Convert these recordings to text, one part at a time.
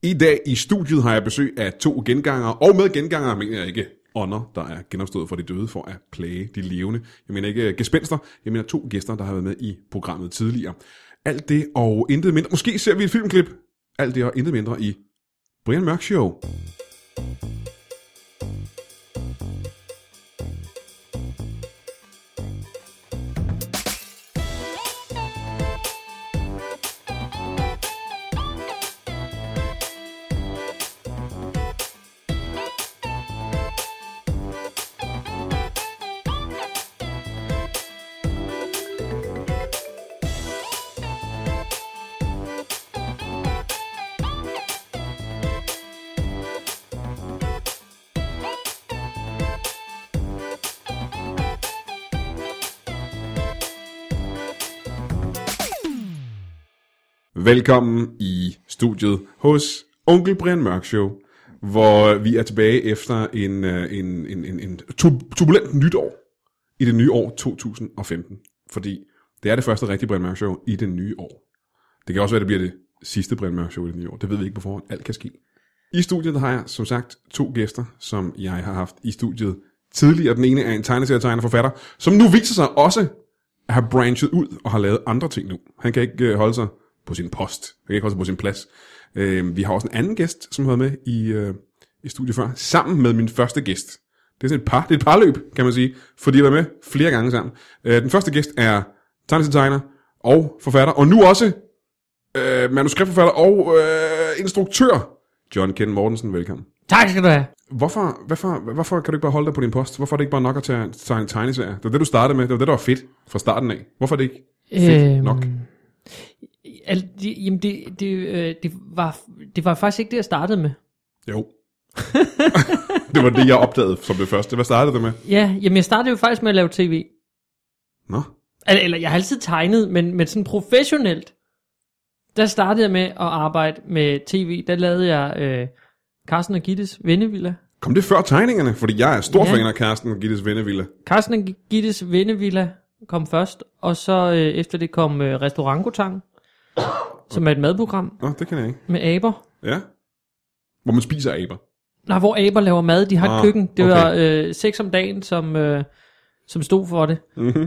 I dag i studiet har jeg besøg af 2 gengangere, og med gengangere mener jeg ikke ånder, der er genopstået for de døde for at plage de levende. Jeg mener ikke gespenster, jeg mener 2 gæster, der har været med i programmet tidligere. Alt det og intet mindre. Måske ser vi et filmklip. Alt det og intet mindre i Brian Mørk Show. Velkommen i studiet hos Onkel Brian Mørk Show, hvor vi er tilbage efter en turbulent nytår i det nye år 2015. Fordi det er det første rigtige Brian Mørk Show i det nye år. Det kan også være, det bliver det sidste Brian Mørk Show i det nye år. Det ved vi ikke på forhånd. Alt kan ske. I studiet har jeg som sagt 2 gæster, som jeg har haft i studiet tidligere. Den ene er en tegneserietegner forfatter, som nu viser sig også at have branchet ud og har lavet andre ting nu. Han kan ikke holde sig på sin post. Han kan ikke holde sig på sin plads. Vi har også en anden gæst, som har været med i studiet før, sammen med min første gæst. Det er sådan det er et parløb, kan man sige, fordi jeg har været med flere gange sammen. Den første gæst er tegneserietegner og forfatter, og nu også manuskriptforfatter og instruktør, John Ken Mortensen. Velkommen. Tak skal du have. Hvorfor kan du ikke bare holde dig på din post? Hvorfor er det ikke bare nok at tage en tegneserie? Det var det, du startede med. Det var det, der var fedt fra starten af. Hvorfor er det ikke fedt nok? Jamen det var faktisk ikke det, jeg startede med. Jo. Det var det, jeg opdagede som det første. Hvad startede det med? Ja, jamen jeg startede jo faktisk med at lave tv. Nå. Eller jeg har altid tegnet, men sådan professionelt. Der startede jeg med at arbejde med tv. Der lavede jeg Carsten og Gittes Vennevilla. Kom det før tegningerne? Fordi jeg er stor fan af Carsten og Gittes Vennevilla. Carsten og Gittes Vennevilla kom først, og så efter det kom Restaurantotang, som er et madprogram. Nå, det kan jeg ikke. Med aber. Ja. Hvor man spiser aber. Nej, hvor aber laver mad. De har et køkken. Det var 6 om dagen, som stod for det. Mm-hmm.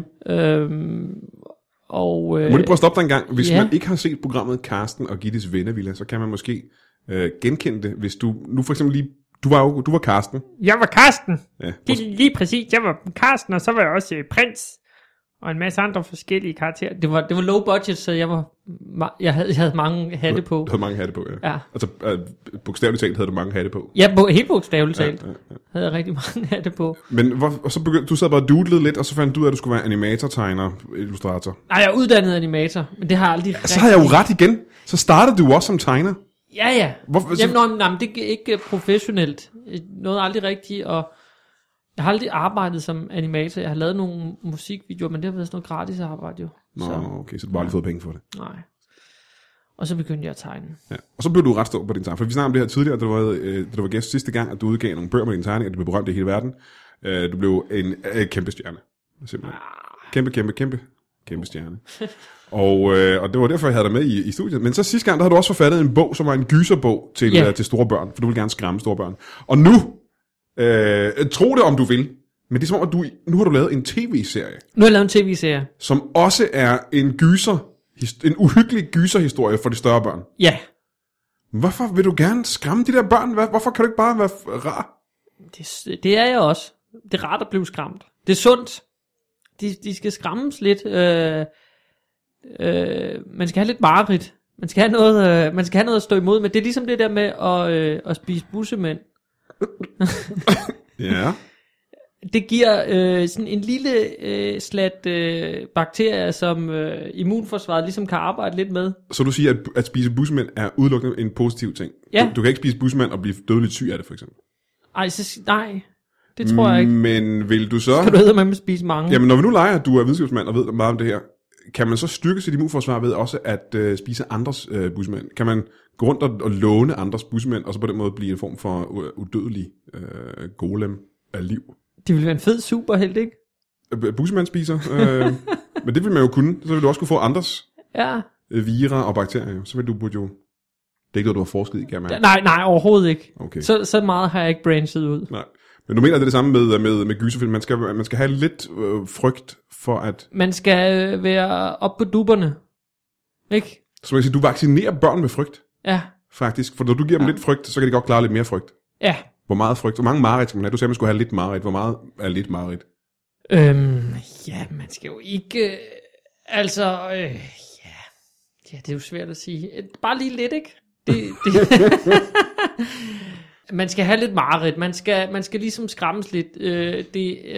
Må lige prøve at stoppe dig en gang. Hvis man ikke har set programmet Carsten og Gittes Vennevilla, så kan man måske genkende det, hvis du nu for eksempel lige... Du var Carsten. Jeg var Carsten. Ja. Lige præcis. Jeg var Carsten, og så var jeg også prins. Og en masse andre forskellige karakterer. Det var low budget, så jeg havde mange hatte på. Du havde mange hatte på, ja. Altså, bogstaveligt talt havde du mange hatte på. Ja, helt bogstaveligt talt havde jeg rigtig mange hatte på. Men og så begyndte du sad bare og doodlede lidt, og så fandt du ud af, at du skulle være animator, tegner, illustrator. Nej, jeg er uddannet animator, men det har aldrig rigtig... Så har jeg jo ret igen. Så startede du også som tegner. Ja. Jamen, det er ikke professionelt. Noget aldrig rigtigt, og... Jeg har aldrig arbejdet som animator. Jeg har lavet nogle musikvideoer, men det har været sådan noget gratis arbejde jo. Nå, okay, så du har aldrig fået penge for det. Nej. Og så begyndte jeg at tegne. Ja. Og så blev du ret stor på din tegning. For vi snakkede om det her tidligere, da du var gæst sidste gang, at du udgav nogle bøger med din tegning, og det blev berømt i hele verden. Du blev en kæmpe stjerne. Simpelthen. Kæmpe stjerne. Og det var derfor, jeg havde dig med i studiet. Men så sidste gang, der havde du også forfattet en bog, som var en gyserbog til store børn. For du ville gerne skræmme store børn. Og nu... tro det om du vil, men det er som om at nu har du lavet en tv-serie. Nu har jeg lavet en tv-serie, som også er en uhyggelig gyserhistorie for de større børn. Ja. Hvorfor vil du gerne skræmme de der børn? Hvorfor kan du ikke bare være rar? Det er jeg også. Det er rart at blive skræmt. Det er sundt. De skal skræmmes lidt. Man skal have lidt mareridt. Man skal have noget at stå imod. Men det er ligesom det der med at spise bussemænd. Ja. Det giver sådan en lille slat bakterier, som immunforsvaret ligesom kan arbejde lidt med. Så du siger, at spise bussemænd er udelukkende en positiv ting? Ja. Du kan ikke spise bussemænd og blive dødeligt syg af det, for eksempel? Nej, det tror jeg ikke. Men vil du så... Skal du med at spise mange? Jamen, når vi nu leger, at du er videnskabsmand og ved meget om det her, kan man så styrke sit immunforsvar ved også at spise andres bussemænd? Kan man gå rundt og låne andres bussemænd, og så på den måde blive en form for udødelig golem af liv? Det ville være en fed superhelt, ikke? Bussemand spiser. Men det vil man jo kunne. Så vil du også kunne få andres vira og bakterier. Så vil du burde jo... Det er ikke noget, du har forsket i, kan jeg mærke. Nej, overhovedet ikke. Okay. Så meget har jeg ikke branchet ud. Nej. Men du mener, det er det samme med gyserfilm. Man skal have lidt frygt for at... Man skal være op på dupperne. Ikke? Så man kan sige, du vaccinerer børn med frygt. Ja. Faktisk. For når du giver dem lidt frygt, så kan de godt klare lidt mere frygt. Ja. Hvor meget frygt? Hvor mange mareridt skal man have? Du sagde, man skulle have lidt mareridt. Hvor meget er lidt mareridt? Ja, man skal jo ikke... Ja, det er jo svært at sige. Bare lige lidt, ikke? Man skal have lidt mareridt. Man skal ligesom skræmmes lidt. Det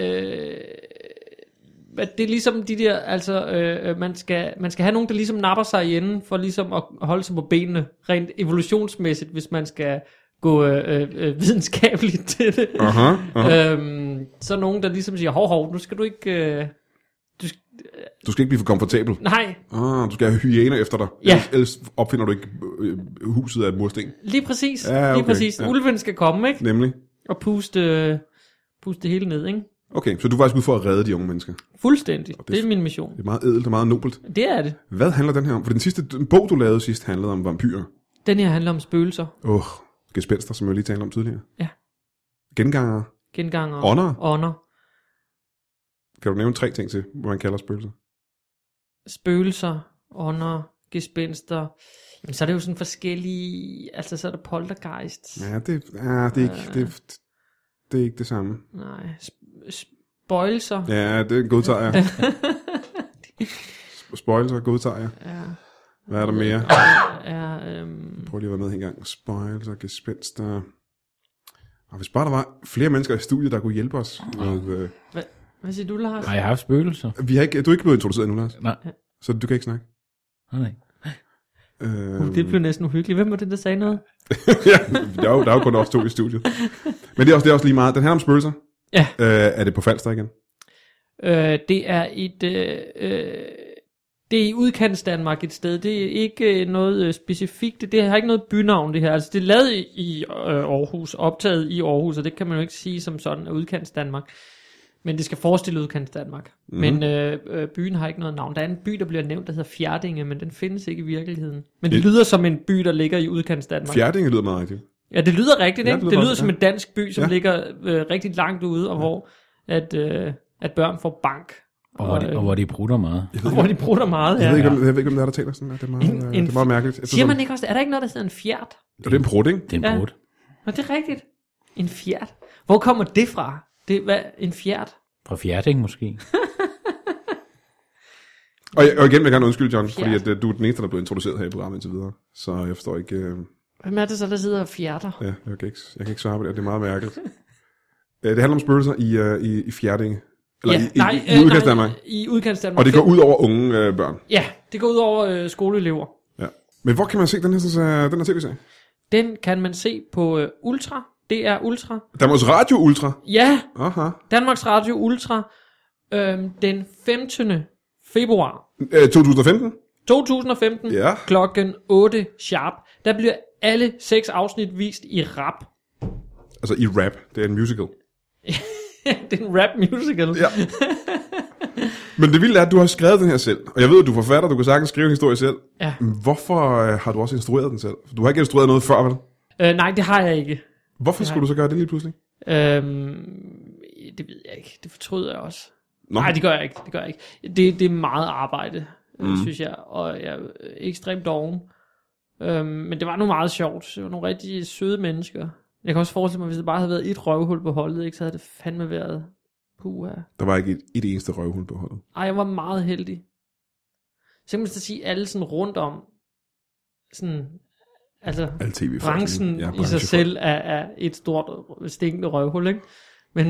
er ligesom de der, man skal have nogen, der ligesom napper sig i enden, for ligesom at holde sig på benene, rent evolutionsmæssigt, hvis man skal gå videnskabeligt til det. Så nogen, der ligesom siger, hov, nu skal du ikke... Du skal ikke blive for komfortabel. Nej. Du skal have hyæner efter dig. Ja. Ellers opfinder du ikke huset af et mursten. Lige præcis. Ja, okay. Lige præcis. Ja. Ulven skal komme, ikke? Nemlig. Og puste det hele ned, ikke? Okay, så du er faktisk ude for at redde de unge mennesker. Fuldstændig. Det er min mission. Det er meget ædelt og meget nobelt. Det er det. Hvad handler den her om? For den sidste bog, du lavede sidst, handlede om vampyrer. Den her handler om spøgelser. Gespenster, som jeg lige talte om tidligere. Ja. Gengangere. Ånder. Kan du nævne 3 ting til, hvad man kalder spøgelser? Spøgelser, ånder, gespenster. Jamen, så er det jo sådan forskellige... Altså, så er der poltergeist. Ja, det er ikke det samme. Nej. Spøjelser. Ja, det godtager jeg. Spøjelser godtager jeg. Ja. Hvad er der mere? Ja, Prøv lige at være med en gang. Spøjelser, gespenster. Og hvis bare der var flere mennesker i studiet, der kunne hjælpe os. Med, Hvad siger du, Lars? Har jeg haft spøgelser? du er ikke blevet introduceret endnu, Lars. Nej. Så du kan ikke snakke. Nej. Det blev næsten uhyggeligt. Hvem var det, der sagde noget? Ja, der er jo kun også 2 i studiet. Men det er også lige meget. Den her om spøgelser. Ja. Er det på Falster igen? Det er det er i udkants Danmark et sted. Det er ikke noget specifikt. Det har ikke noget bynavn, det her. Altså, det er lavet i Aarhus, optaget i Aarhus, og det kan man jo ikke sige som sådan, udkants Danmark. Men det skal forestille udkants Danmark. Men byen har ikke noget navn. Der er en by, der bliver nævnt, der hedder Fjerdinge, men den findes ikke i virkeligheden. Men det lyder som en by, der ligger i udkants Danmark. Fjerdinge lyder meget rigtigt. Ja, det lyder rigtigt, ikke? Det lyder som ja. en dansk by, som ligger rigtig langt ude, og hvor at børn får bank. Og hvor de prutter meget. Hvor de prutter meget, ja. Jeg ved ikke, om der taler sådan. Det er meget, det er meget mærkeligt. Siger man ikke også, er der ikke noget, der hedder en fjert? Det er en prut, ikke? Det er en prut. Nå, det er rigtigt. En fjert. Hvor kommer det fra? En fjert? Fra Fjerding måske. Og igen vil jeg gerne undskylde, John, fordi at, du er den eneste, der er blevet introduceret her i programmet indtil videre. Så jeg forstår ikke... Hvem er det så, der sidder og fjerter? Ja, jeg kan ikke svare på det, det er meget mærkeligt. Det handler om spøgelser i Fjerdinge. Eller i udkants Danmark. I udkants Danmark. Og det går ud over unge børn. Ja, det går ud over skoleelever. Ja. Men hvor kan man se den her tv-serie? Den kan man se på Ultra. Det er Ultra. Danmarks Radio Ultra? Ja. Aha. Danmarks Radio Ultra. Den 15. februar. 2015? 2015. Ja. Klokken 8 sharp. Der bliver alle 6 afsnit vist i rap. Altså i rap. Det er en musical. Det er en rap musical. Ja. Men det vilde er, at du har skrevet den her selv. Og jeg ved, at du er forfatter, du kan sagtens skrive en historie selv. Ja. Hvorfor har du også instrueret den selv? Du har ikke instrueret noget før, vel? Nej, det har jeg ikke. Hvorfor skulle du så gøre det lige pludselig? Det ved jeg ikke. Det fortryder jeg også. Nå. Nej, det gør jeg ikke. Det er meget arbejde, synes jeg. Og jeg er ekstremt doven. Men det var nu meget sjovt. Det var nogle rigtig søde mennesker. Jeg kan også forestille mig, hvis det bare havde været et røvhul på holdet, ikke, så havde det fandme været puha. Der var ikke et eneste røvhul på holdet. Ej, jeg var meget heldig. Så kan man så sige, alle sådan rundt om, sådan, altså branchen i sig selv er et stort stinkende røvhul, ikke? Men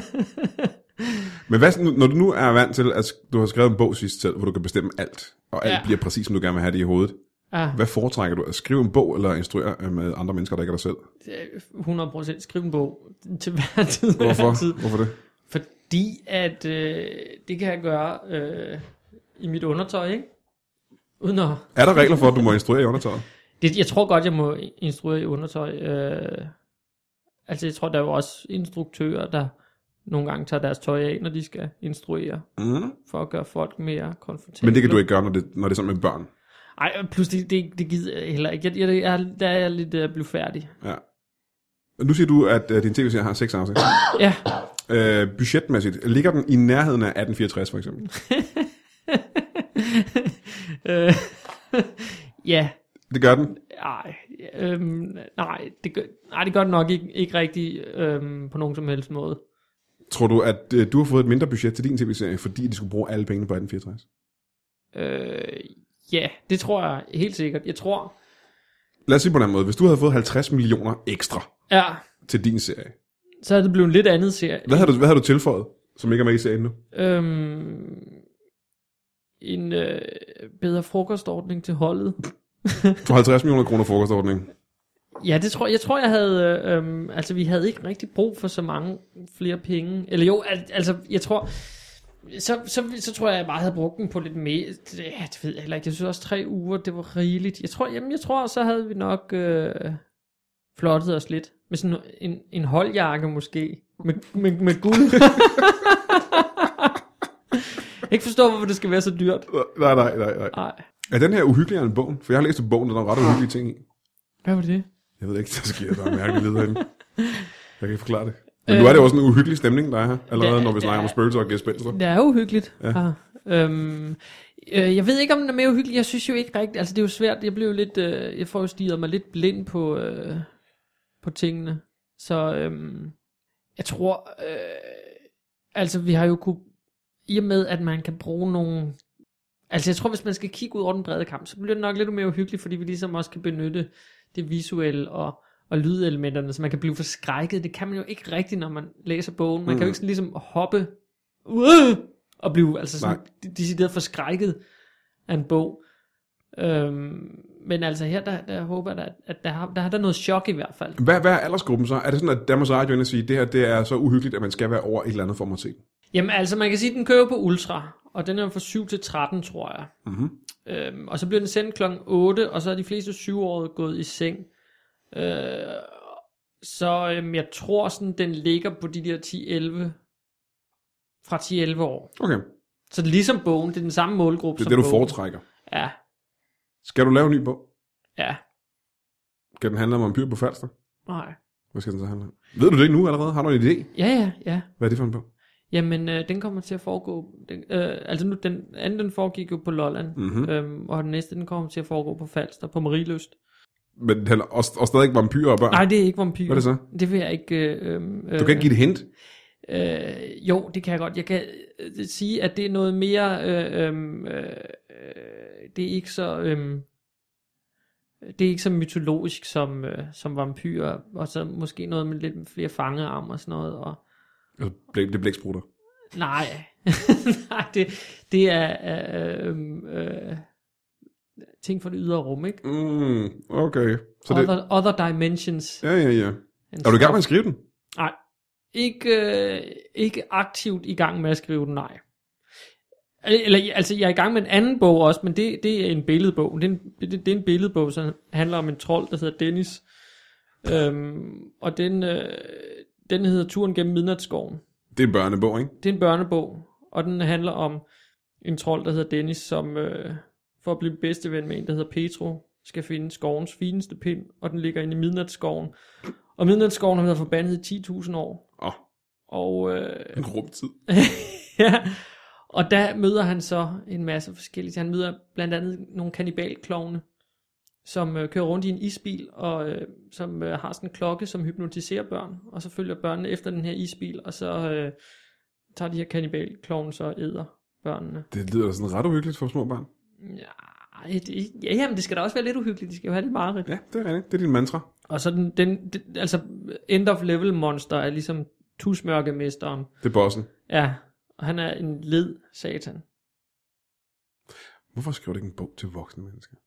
Men hvad, når du nu er vant til, at du har skrevet en bog sidst selv, hvor du kan bestemme alt, og alt bliver præcis, som du gerne vil have det i hovedet. Ja. Hvad foretrækker du? At skrive en bog, eller instruere med andre mennesker, der ikke er dig selv? 100% skrive en bog til hver tid. Hvorfor det? Fordi at det kan jeg gøre i mit undertøj, ikke? Uden at... Er der regler for, at du må instruere i undertøjet? Jeg tror godt, jeg må instruere i undertøj. Altså jeg tror, der er jo også instruktører, der nogle gange tager deres tøj af, når de skal instruere, for at gøre folk mere komfortable. Men det kan du ikke gøre, når det er sådan med børn? Ej, plus det gider jeg heller ikke. Der er jeg lidt blevet færdig. Ja. Nu siger du, at din tv-serie har 6 afsnit. Ja. Budgetmæssigt, ligger den i nærheden af 1864 for eksempel? Ja. Det gør den? Nej, det gør den nok ikke rigtig på nogen som helst måde. Tror du, at du har fået et mindre budget til din tv-serie, fordi de skulle bruge alle pengene på 1864? Ja, det tror jeg helt sikkert. Jeg tror... Lad os sige på den måde. Hvis du havde fået 50 millioner ekstra til din serie, så havde det blevet en lidt andet serie. Hvad har du tilføjet, som ikke er med i serien nu? En bedre frokostordning til holdet. For 50 millioner kroner frokostordning. Ja, det tror jeg havde... altså, vi havde ikke rigtig brug for så mange flere penge. Eller jo, altså, jeg tror... Så tror jeg bare havde brugt den på lidt mere. Det ved jeg heller ikke. Jeg synes også 3 uger, det var rigeligt. Jeg tror, så havde vi nok flottet os lidt. Med sådan en holdjakke måske. Med guld. Ikke forstå, hvorfor det skal være så dyrt. Nej. Er den her uhyggeligere end bogen? For jeg har læst bogen, der er ret uhyggelige ting i. Hvad var det? Jeg ved ikke, der sker. Der er mærkeligt videre herinde. Jeg kan ikke forklare det. Men nu er det også en uhyggelig stemning, der er her, allerede når vi snakker om spøgelser og gespenster. Det er uhyggeligt. Ja. Jeg ved ikke, om den er mere uhyggelig. Jeg synes jo ikke rigtigt, altså det er jo svært. Jeg blev lidt, jeg får jo stirret mig lidt blind på tingene. Så jeg tror, altså vi har jo kunne, i og med at man kan bruge nogle, altså jeg tror, hvis man skal kigge ud over den brede kamp, så bliver det nok lidt mere uhyggeligt, fordi vi ligesom også kan benytte det visuelle og lydelementerne, så man kan blive forskrækket. Det kan man jo ikke rigtigt, når man læser bogen. Man kan jo ikke sådan ligesom hoppe og blive altså sådan decideret forskrækket af en bog. Men altså her, der håber jeg, at der er noget chok i hvert fald. Hvad er aldersgruppen så? Er det sådan, at Danmarks Radio ender sige, det her det er så uhyggeligt, at man skal være over et eller andet for at se den? Jamen altså, man kan sige, at den kører på Ultra, og den er fra 7 til 13, tror jeg. Mm-hmm. Og så bliver den sendt kl. 8, og så er de fleste 7-årige gået i seng. Så jeg tror sådan, den ligger på de der 10-11, fra 10-11 år. Okay. Så det er ligesom bogen, det er den samme målgruppe som bogen. Det er det, du foretrækker? Ja. Skal du lave en ny bog? Ja. Skal den handle om vampyr på Falster? Nej. Hvad skal den så handle om? Ved du det nu allerede? Har du en idé? Ja. Hvad er det for en bog? Jamen, den kommer til at foregå, altså nu, den anden den foregik jo på Lolland, og den næste den kommer til at foregå på Falster, på Marielyst. Men den er og stadig ikke vampyrer og børn? Nej, det er ikke vampyrer. Hvad er det så? Det vil jeg ikke... du kan ikke give det hint? Jo, det kan jeg godt. Jeg kan sige, at det er noget mere... det er ikke så... det er ikke så mytologisk som vampyrer, og så måske noget med lidt flere fangearm og sådan noget. Og... Altså, det er blæksprutter? Nej. Nej, det er... ting for det ydre rum, ikke? Okay. Så other dimensions. Ja. Er du i gang med at skrive den? Nej. Ikke aktivt i gang med at skrive den, nej. Eller, altså, jeg er i gang med en anden bog også, men det er en billedbog. Det er en billedbog, som handler om en trold, der hedder Dennis. Og den hedder Turen gennem Midnatsskoven. Det er en børnebog, ikke? Det er en børnebog, og den handler om en trold, der hedder Dennis, som for at blive bedste ven med en, der hedder Petro, skal finde skovens fineste pind, og den ligger inde i Midnatsskoven. Og Midnatsskoven har været forbandet i 10.000 år. Og en rum tid. Ja, og der møder han så en masse forskellige. Han møder blandt andet nogle kannibalklovne, som kører rundt i en isbil, og som har sådan en klokke, som hypnotiserer børn, og så følger børnene efter den her isbil, og så tager de her kannibalklovne så og æder børnene. Det lyder sådan ret uhyggeligt for små børn. Jamen det skal da også være lidt uhyggeligt, de skal jo have lidt mareridt. Ja, det er rigtigt, det er din mantra. Og så altså end of level monster er ligesom tusmørkemesteren. Det er bossen. Ja, og han er en led satan. Hvorfor skriver du ikke en bog til voksne mennesker?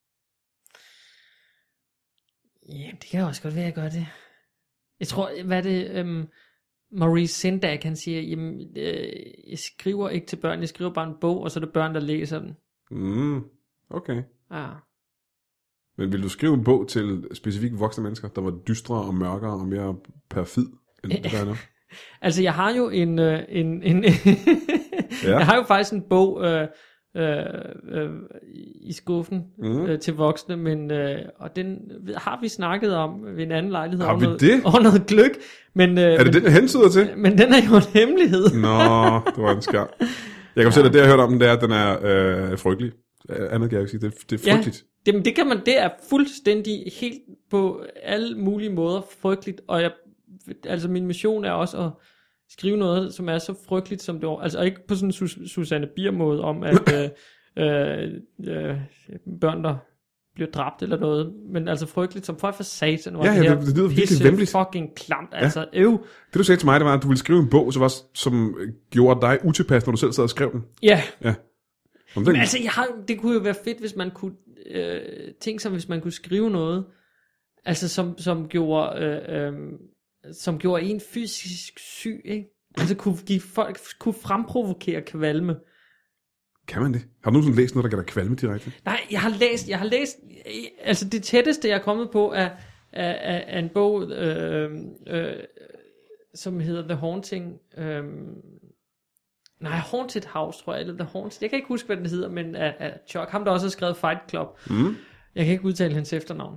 Jamen, det kan også godt være, at jeg gør det. Jeg tror, hvad det... Maurice Sendak, han siger, jamen, jeg skriver ikke til børn, jeg skriver bare en bog, og så er det børn, der læser den. Okay. Ja. Men vil du skrive en bog til specifikke voksne mennesker, der var dystre og mørkere og mere perfid, end det der er nu? Altså, jeg har jo jeg har jo faktisk en bog i skuffen til voksne, men og den har vi snakket om ved en anden lejlighed. Har vi det? Over noget gløgg. Men, er det den, jeg hensyder til? Men den er jo en hemmelighed. Nå, det var en skam. Jeg kan fortælle, at det jeg har hørt om den, det er, at den er frygtelig. Andet kan jeg ikke sige, det er frygteligt. Ja, det er fuldstændig helt på alle mulige måder frygteligt, og altså min mission er også at skrive noget, som er så frygteligt som det er. Altså ikke på sådan en Susanne Bier måde om, at børn, der bliver dræbt eller noget, men altså frygteligt som for satan. Ja, det lyder virkelig væmmeligt. Fucking klamt, altså Det du sagde til mig, det var, at du ville skrive en bog, som gjorde dig utilpas, når du selv sad og skrev den. Ja. Men altså, det kunne jo være fedt, hvis man kunne tænke sig, hvis man kunne skrive noget, altså som gjorde en fysisk syg, ikke? Altså kunne fremprovokere kvalme. Kan man det? Har du nogensinde læst noget, der gør dig kvalme direkte? Nej, jeg har læst, altså det tætteste, jeg er kommet på, er en bog, som hedder The Haunting, Haunted House, tror jeg, eller The Haunted, jeg kan ikke huske, hvad den hedder, men af Chuck, ham der også har skrevet Fight Club. Jeg kan ikke udtale hans efternavn.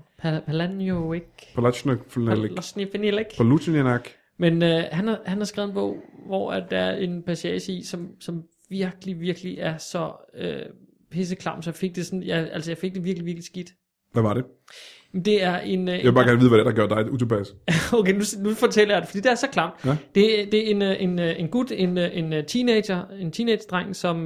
Palachniak. Men han har skrevet en bog, hvor der er en passage i, som virkelig, virkelig er så pisseklam, så jeg fik det sådan, jeg fik det virkelig, virkelig skidt. Hvad var det? Det er en... Jeg vil bare gerne vide, hvad det er, der gør dig utilpas. Okay, nu fortæller jeg det, fordi det er så klamt. Ja? Det er en gut, en teenage-dreng, som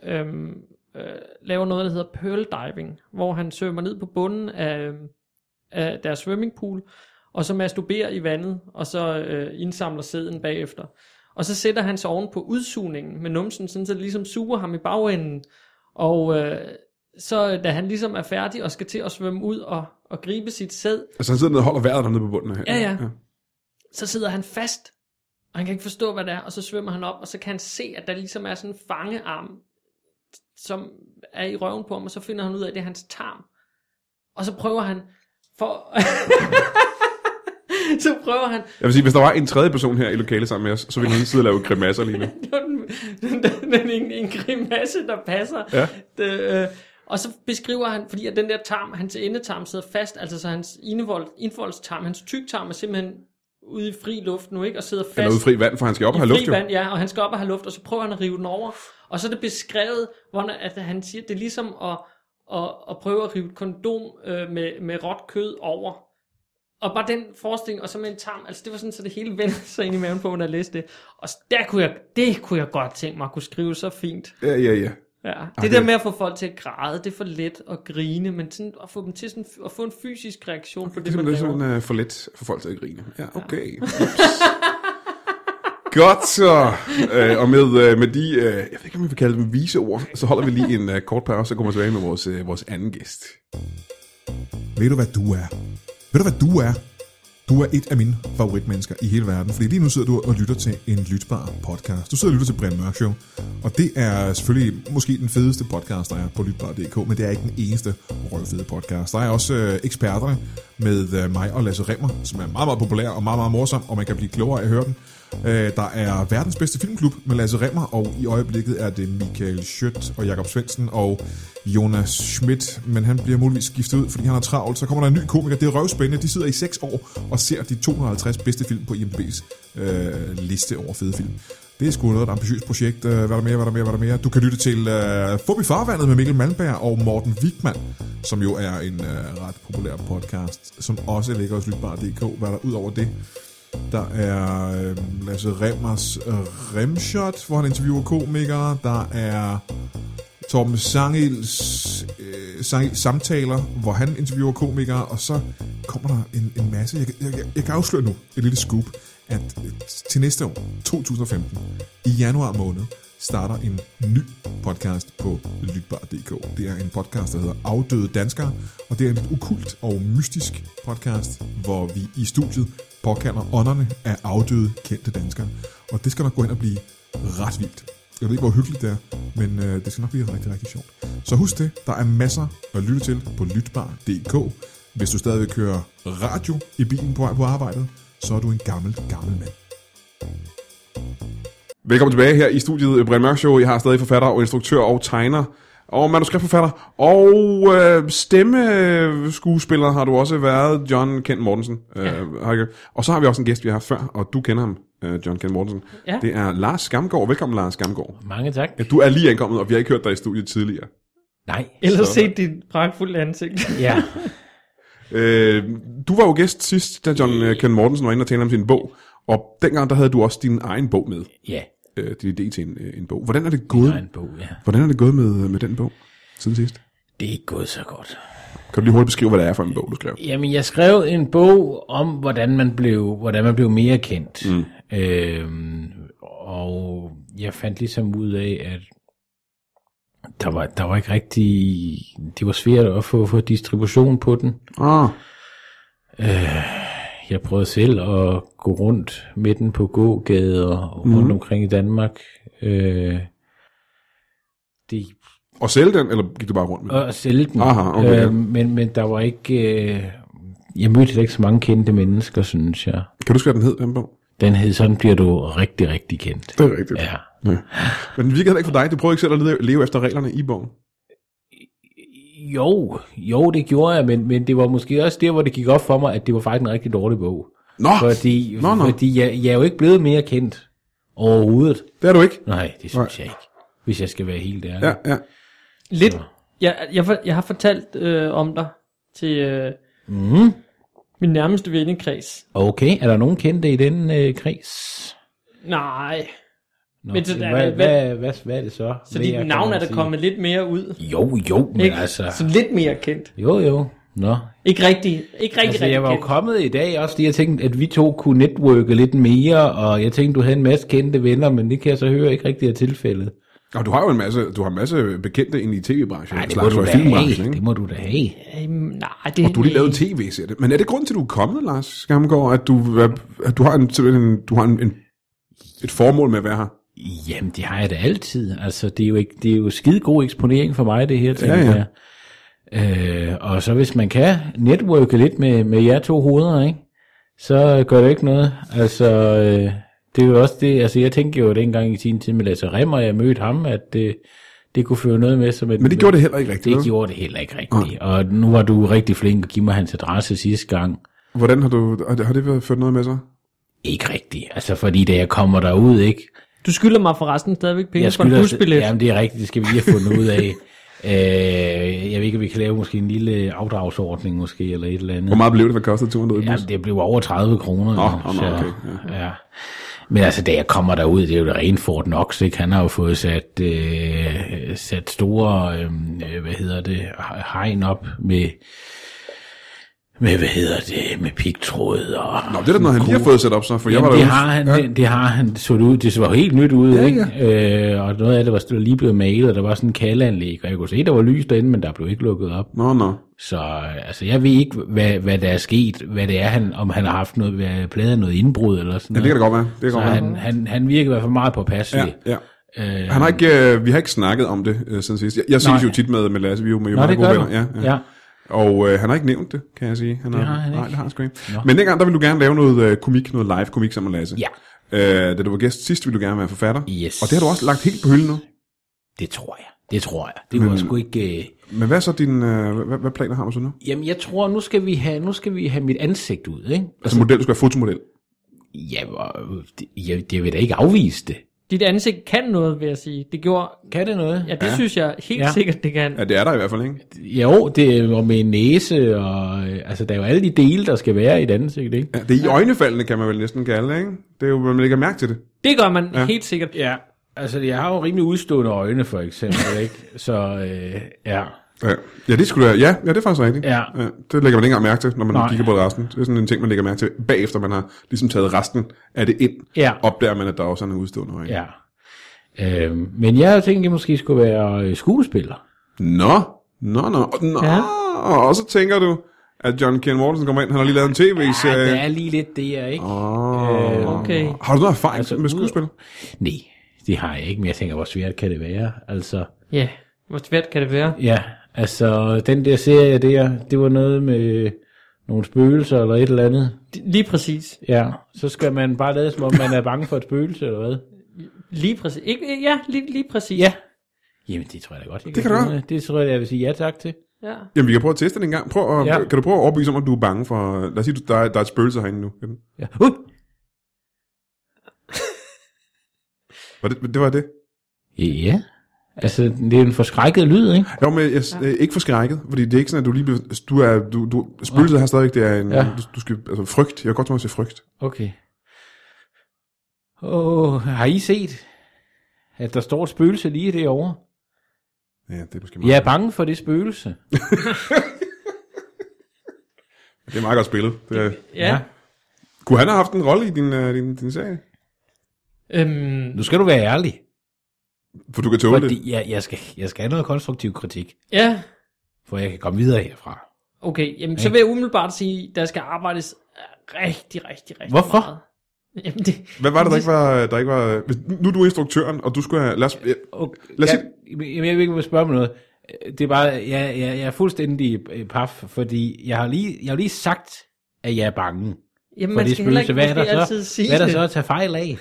laver noget, der hedder pearl diving, hvor han svømmer ned på bunden af deres swimmingpool, og så masturberer i vandet, og så indsamler sæden bagefter. Og så sætter han sig oven på udsugningen med numsen, sådan så det ligesom suger ham i bagenden. Og så da han ligesom er færdig og skal til at svømme ud og gribe sit sæd. Altså han sidder nede og holder vejret dernede på bunden her. Ja. Så sidder han fast, og han kan ikke forstå, hvad det er, og så svømmer han op, og så kan han se, at der ligesom er sådan en fangearm, som er i røven på ham, og så finder han ud af, at det er hans tarm. Og så prøver han så prøver han... Jeg vil sige, hvis der var en tredje person her i lokalet sammen med os, så ville han sidde og lave grimasser lige nu. en grimasse, der passer. Ja. Og så beskriver han, fordi at den der tarm, hans endetarm sidder fast, altså så hans indvoldstarm, hans tyktarm er simpelthen ude i fri luft nu, ikke? Og sidder fast. Han er ude i fri vand, for han skal op og have luft, jo. Vand, ja, og han skal op og have luft, og så prøver han at rive den over. Og så er det beskrevet, at han siger, at det er ligesom at prøve at rive et kondom med råt kød over. Og bare den forestilling, og så med en tarm, altså det var sådan, så det hele vendte sig ind i maven på, når jeg læste det. Og det kunne jeg godt tænke mig at kunne skrive så fint. Ja. Det der med at få folk til at græde, det er for let at grine, men sådan at få dem til sådan, at få en fysisk reaktion på det, man laver. Det er sådan for let for folk til at grine. Ja, okay. Godt så. Og med de, jeg ved ikke, om vi vil kalde dem vise ord, så holder vi lige en kort pause, så kommer vi tilbage med vores anden gæst. Ved du, hvad du er? Ved du, hvad du er? Du er et af mine favoritmennesker i hele verden, fordi lige nu sidder du og lytter til en lytbar podcast. Du sidder og lytter til Brian Mørk Show, og det er selvfølgelig måske den fedeste podcast, der er på lytbar.dk, men det er ikke den eneste røvfede podcast. Der er også eksperterne med mig og Lasse Remmer, som er meget, meget populær og meget, meget morsom, og man kan blive klogere af at høre den. Der er verdens bedste filmklub med Lasse Remmer, og i øjeblikket er det Michael Schødt og Jakob Svendsen og Jonas Schmidt, men han bliver muligvis skiftet ud, fordi han er travlt. Så kommer der en ny komiker, det er røvspændende. De sidder i 6 år og ser de 250 bedste film på IMDb's liste over fede film. Det er sgu noget af et ambitiøst projekt. Hvad er der mere? Du kan lytte til Fup i farvandet med Mikkel Malmberg og Morten Wigman, som jo er en ret populær podcast, som også ligger hos lytbar.dk. Hvad er der ud over det? Der er Lasse Remmers Remshot, hvor han interviewer komikere. Der er Torben Sangils samtaler, hvor han interviewer komikere. Og så kommer der en masse. Jeg kan afsløre nu et lille scoop, at til næste år, 2015, i januar måned, starter en ny podcast på lytbar.dk. Det er en podcast, der hedder Afdøde Danskere, og det er en lidt okkult og mystisk podcast, hvor vi i studiet påkalder ånderne af afdøde kendte danskere. Og det skal nok gå ind og blive ret vildt. Jeg ved ikke, hvor hyggeligt det er, men det skal nok blive rigtig, rigtig sjovt. Så husk det, der er masser at lytte til på lytbar.dk. Hvis du stadig vil køre radio i bilen på vej på arbejdet, så er du en gammel mand. Velkommen tilbage her i studiet Brian Mørk Show. Jeg har stadig forfatter og instruktør og tegner Og manuskriptforfatter. Og stemmeskuespiller har du også været, John Kent Mortensen. Og så har vi også en gæst, vi har haft før, og du kender ham, John Kent Mortensen. Ja. Det er Lars Skamgaard. Velkommen, Lars Skamgaard. Mange tak. Du er lige ankommet, og vi har ikke hørt dig i studiet tidligere. Nej. Ellers set dit pragtfulde ansigt. Ja. Du var jo gæst sidst, da John Kent Mortensen var inde og tale om sin bog, og dengang der havde du også din egen bog med. Ja. Din idé til en bog. Hvordan er det gået? En bog, ja. Hvordan er det gået med den bog siden sidst? Det er ikke gået så godt. Kan du lige hurtigt beskrive, hvad det er for en bog, du skrev? Jamen, jeg skrev en bog om, hvordan man blev mere kendt. Og jeg fandt ligesom ud af, at der var ikke rigtig... Det var svært at få distribution på den. Jeg prøvede selv at gå rundt med den på gågader rundt omkring i Danmark. Og sælge den, eller gik du bare rundt med den? Og sælge den. Aha, okay, ja. Men der var ikke... jeg mødte ikke så mange kendte mennesker, synes jeg. Kan du huske, hvad den hed, den bog? Den hed Sådan bliver du rigtig, rigtig kendt. Det er rigtigt. Ja. Men det virkede heller ikke for dig. Du prøvede ikke selv at leve efter reglerne i bogen. Jo, det gjorde jeg, men det var måske også der, hvor det gik op for mig, at det var faktisk en rigtig dårlig bog. Fordi jeg er jo ikke blevet mere kendt overhovedet. Det er du ikke? Nej, det synes jeg ikke. Hvis jeg skal være helt ærlig. Ja. Lidt. Jeg har fortalt om dig til min nærmeste vennekreds. Okay, er der nogen kendte i den kreds? Nej. Nå, Men så, hvad er det så? Så dit navn er der kommet lidt mere ud? Jo, men ikke? altså... Så lidt mere kendt? Jo. Nå. Ikke rigtig Jeg var jo kendt. kommet i dag også, fordi jeg tænkte, at vi to kunne networke lidt mere, og jeg tænkte, du havde en masse kendte venner, men det kan jeg så høre ikke rigtig er tilfældet. Og du har jo en masse bekendte inde i tv-branchen. Nej, det må du da have. Det må du da have. Nej, det og du har lige lavet en tv-serie. Men er det grund til, at du er kommet, Lars Skamgaard, at du har et formål med at være her? Jamen, det har jeg da altid. Altså, det er jo skide god eksponering for mig, det her ting her. Og så hvis man kan networke lidt med jer to hoveder, ikke? Så gør det ikke noget. Altså, det er jo også det, altså jeg tænkte jo dengang i sin tid med Lasse Rimmer, jeg mødte ham, at det kunne føre noget med sig. Men det gjorde det heller ikke rigtigt. Det gjorde det heller ikke rigtigt. Og nu var du rigtig flink at give mig hans adresse sidste gang. Hvordan har det ført noget med sig? Ikke rigtigt. Altså fordi da jeg kommer derud, ikke? Du skylder mig forresten stadigvæk penge for en busbillet. Jamen det er rigtigt, det skal vi lige have fundet ud af. Jeg ved ikke, om vi kan lave måske en lille afdragsordning måske, eller et eller andet. Hvor meget blev det, hvad kostede 200 i bus? Jamen det blev over 30 kroner. Okay. Ja. Men altså, da jeg kommer derud, det er jo det rene Fort Knox, ikke? Han har jo fået sat store, hegn op med med pigtråd og... Nå, det er da noget, han lige har fået sat op så, for jamen, jeg var det har han så ud. Det så helt nyt ud, ikke? Og noget af det var lige blevet malet, og der var sådan en kaldeanlæg, og jeg kunne se, der var lys derinde, men der blev ikke lukket op. Nå. Så altså, jeg ved ikke, hvad der er sket, hvad det er, om han har haft noget, pladet noget indbrud eller sådan noget. Ja, det kan da godt være. Han virker i hvert fald meget påpasselig. Ja. Han har ikke, vi har ikke snakket om det siden sidst. Jeg ses jo tit med Lasse, vi er jo meget gode venner. Ja. Og han har ikke nævnt det, kan jeg sige. Det har han ikke. Nej, det har han sgu ikke. Men dengang, der ville du gerne lave noget komik, noget live komik sammen med Lasse. Ja. Da du var gæst sidst, ville du gerne være forfatter. Yes. Og det har du også lagt helt på hylden nu. Det tror jeg. Det var sgu ikke... Men hvad så din... hvad planer har du så nu? Jamen, jeg tror, nu skal vi have mit ansigt ud, ikke? Altså model, du skal være fotomodel? Ja, det vil da ikke afvise det. Dit ansigt kan noget, vil jeg sige. Kan det noget? Ja, det synes jeg helt sikkert, det kan. Ja, det er der i hvert fald, ikke? Jo, det er med en næse, og altså, der er jo alle de dele, der skal være i et ansigt, ikke? Ja, det er i øjnefaldene, kan man vel næsten kalde, ikke? Det er jo, man lægger mærke til det. Det gør man helt sikkert. Ja, altså, jeg har jo rimelig udstående øjne, for eksempel, ikke? Så, ja. Ja, det skulle ja, det er faktisk rigtigt. Ja. Det lægger man ikke engang mærke til, når man kigger på resten. Det er sådan en ting, man lægger mærke til bagefter, man har ligesom taget resten af det ind. Ja. Opdager man, at der også er en udstående øjne. Ja. Men jeg tænkte, at jeg måske skulle være skuespiller. Nå. Ja. Og så tænker du, at John Kent Mortensen kommer ind, han har lige lavet en tv-serie. Ja, det er lige lidt det, jeg ikke. Okay. Har du noget erfaring med skuespil? Nej, det har jeg ikke, men jeg tænker, hvor svært kan det være? Altså. Ja, hvor svært kan det være? Ja, altså den der serie der, det var noget med nogle spøgelser eller et eller andet. Lige præcis. Ja, så skal man bare lade som om man er bange for et spøgelse eller hvad? Lige præcis. Ja, lige præcis. Ja. Jamen, det tror jeg da godt. Det kan du godt. Det tror jeg vil sige ja tak til. Ja. Jamen, vi kan prøve at teste det en gang. Kan du prøve at overbevise om, at du er bange for... Lad os sige, der er et spøgelse herinde nu. Ja. Det var det? Ja. Altså, det er en forskrækket lyd, ikke? Jo, men ikke forskrækket, fordi det er ikke sådan, at du lige... Spøgelset her stadigvæk, det er en... Ja. Du skal... Altså, frygt. Jeg kan godt tænke mig at se frygt. Okay. Har I set, at der står et spøgelse lige derovre? Ja, det er måske meget... Jeg er bange for det spøgelse. Det er meget godt spillet. Ja. Kunne han have haft en rolle i din serie? Nu skal du være ærlig. For du kan tåle det. Jeg skal have noget konstruktiv kritik. Ja. For jeg kan komme videre herfra. Okay, jamen så vil jeg umiddelbart sige, at der skal arbejdes rigtig Hvorfor? meget. Jamen det, Hvad var det, der ikke var... Nu er du instruktøren, og du skulle have... Lad os sige... Jeg vil ikke spørge mig noget. Det er bare, jeg er fuldstændig paf, fordi jeg har lige sagt, at jeg er bange. jamen For man det skal heller ikke spøgelse, hvad altid sige er der det. så at tage fejl af?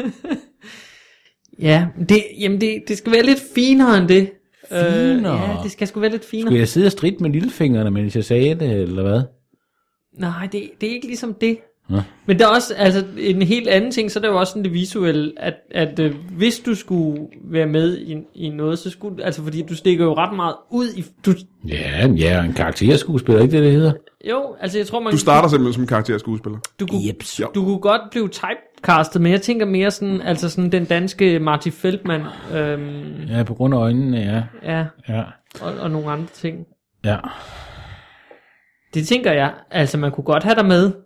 Ja, det skal være lidt finere end det. Finere? Ja, det skal sgu være lidt finere. Skulle jeg sidde og stritte med lillefingrene, mens jeg sagde det, eller hvad? Nej, det er ikke ligesom det. Ja. Men der er også altså, en helt anden ting, så er der jo også sådan det visuelle, at hvis du skulle være med i noget, så skulle, altså fordi du stikker jo ret meget ud i... Ja, en karakterskuespiller, ikke det hedder? Jo, altså jeg tror man... Du starter simpelthen som karakterskuespiller. Du kunne godt blive typecastet, men jeg tænker mere sådan, altså sådan den danske Marty Feldman. Ja, på grund af øjnene, ja. Ja. Og nogle andre ting. Ja. Det tænker jeg, altså man kunne godt have dig med,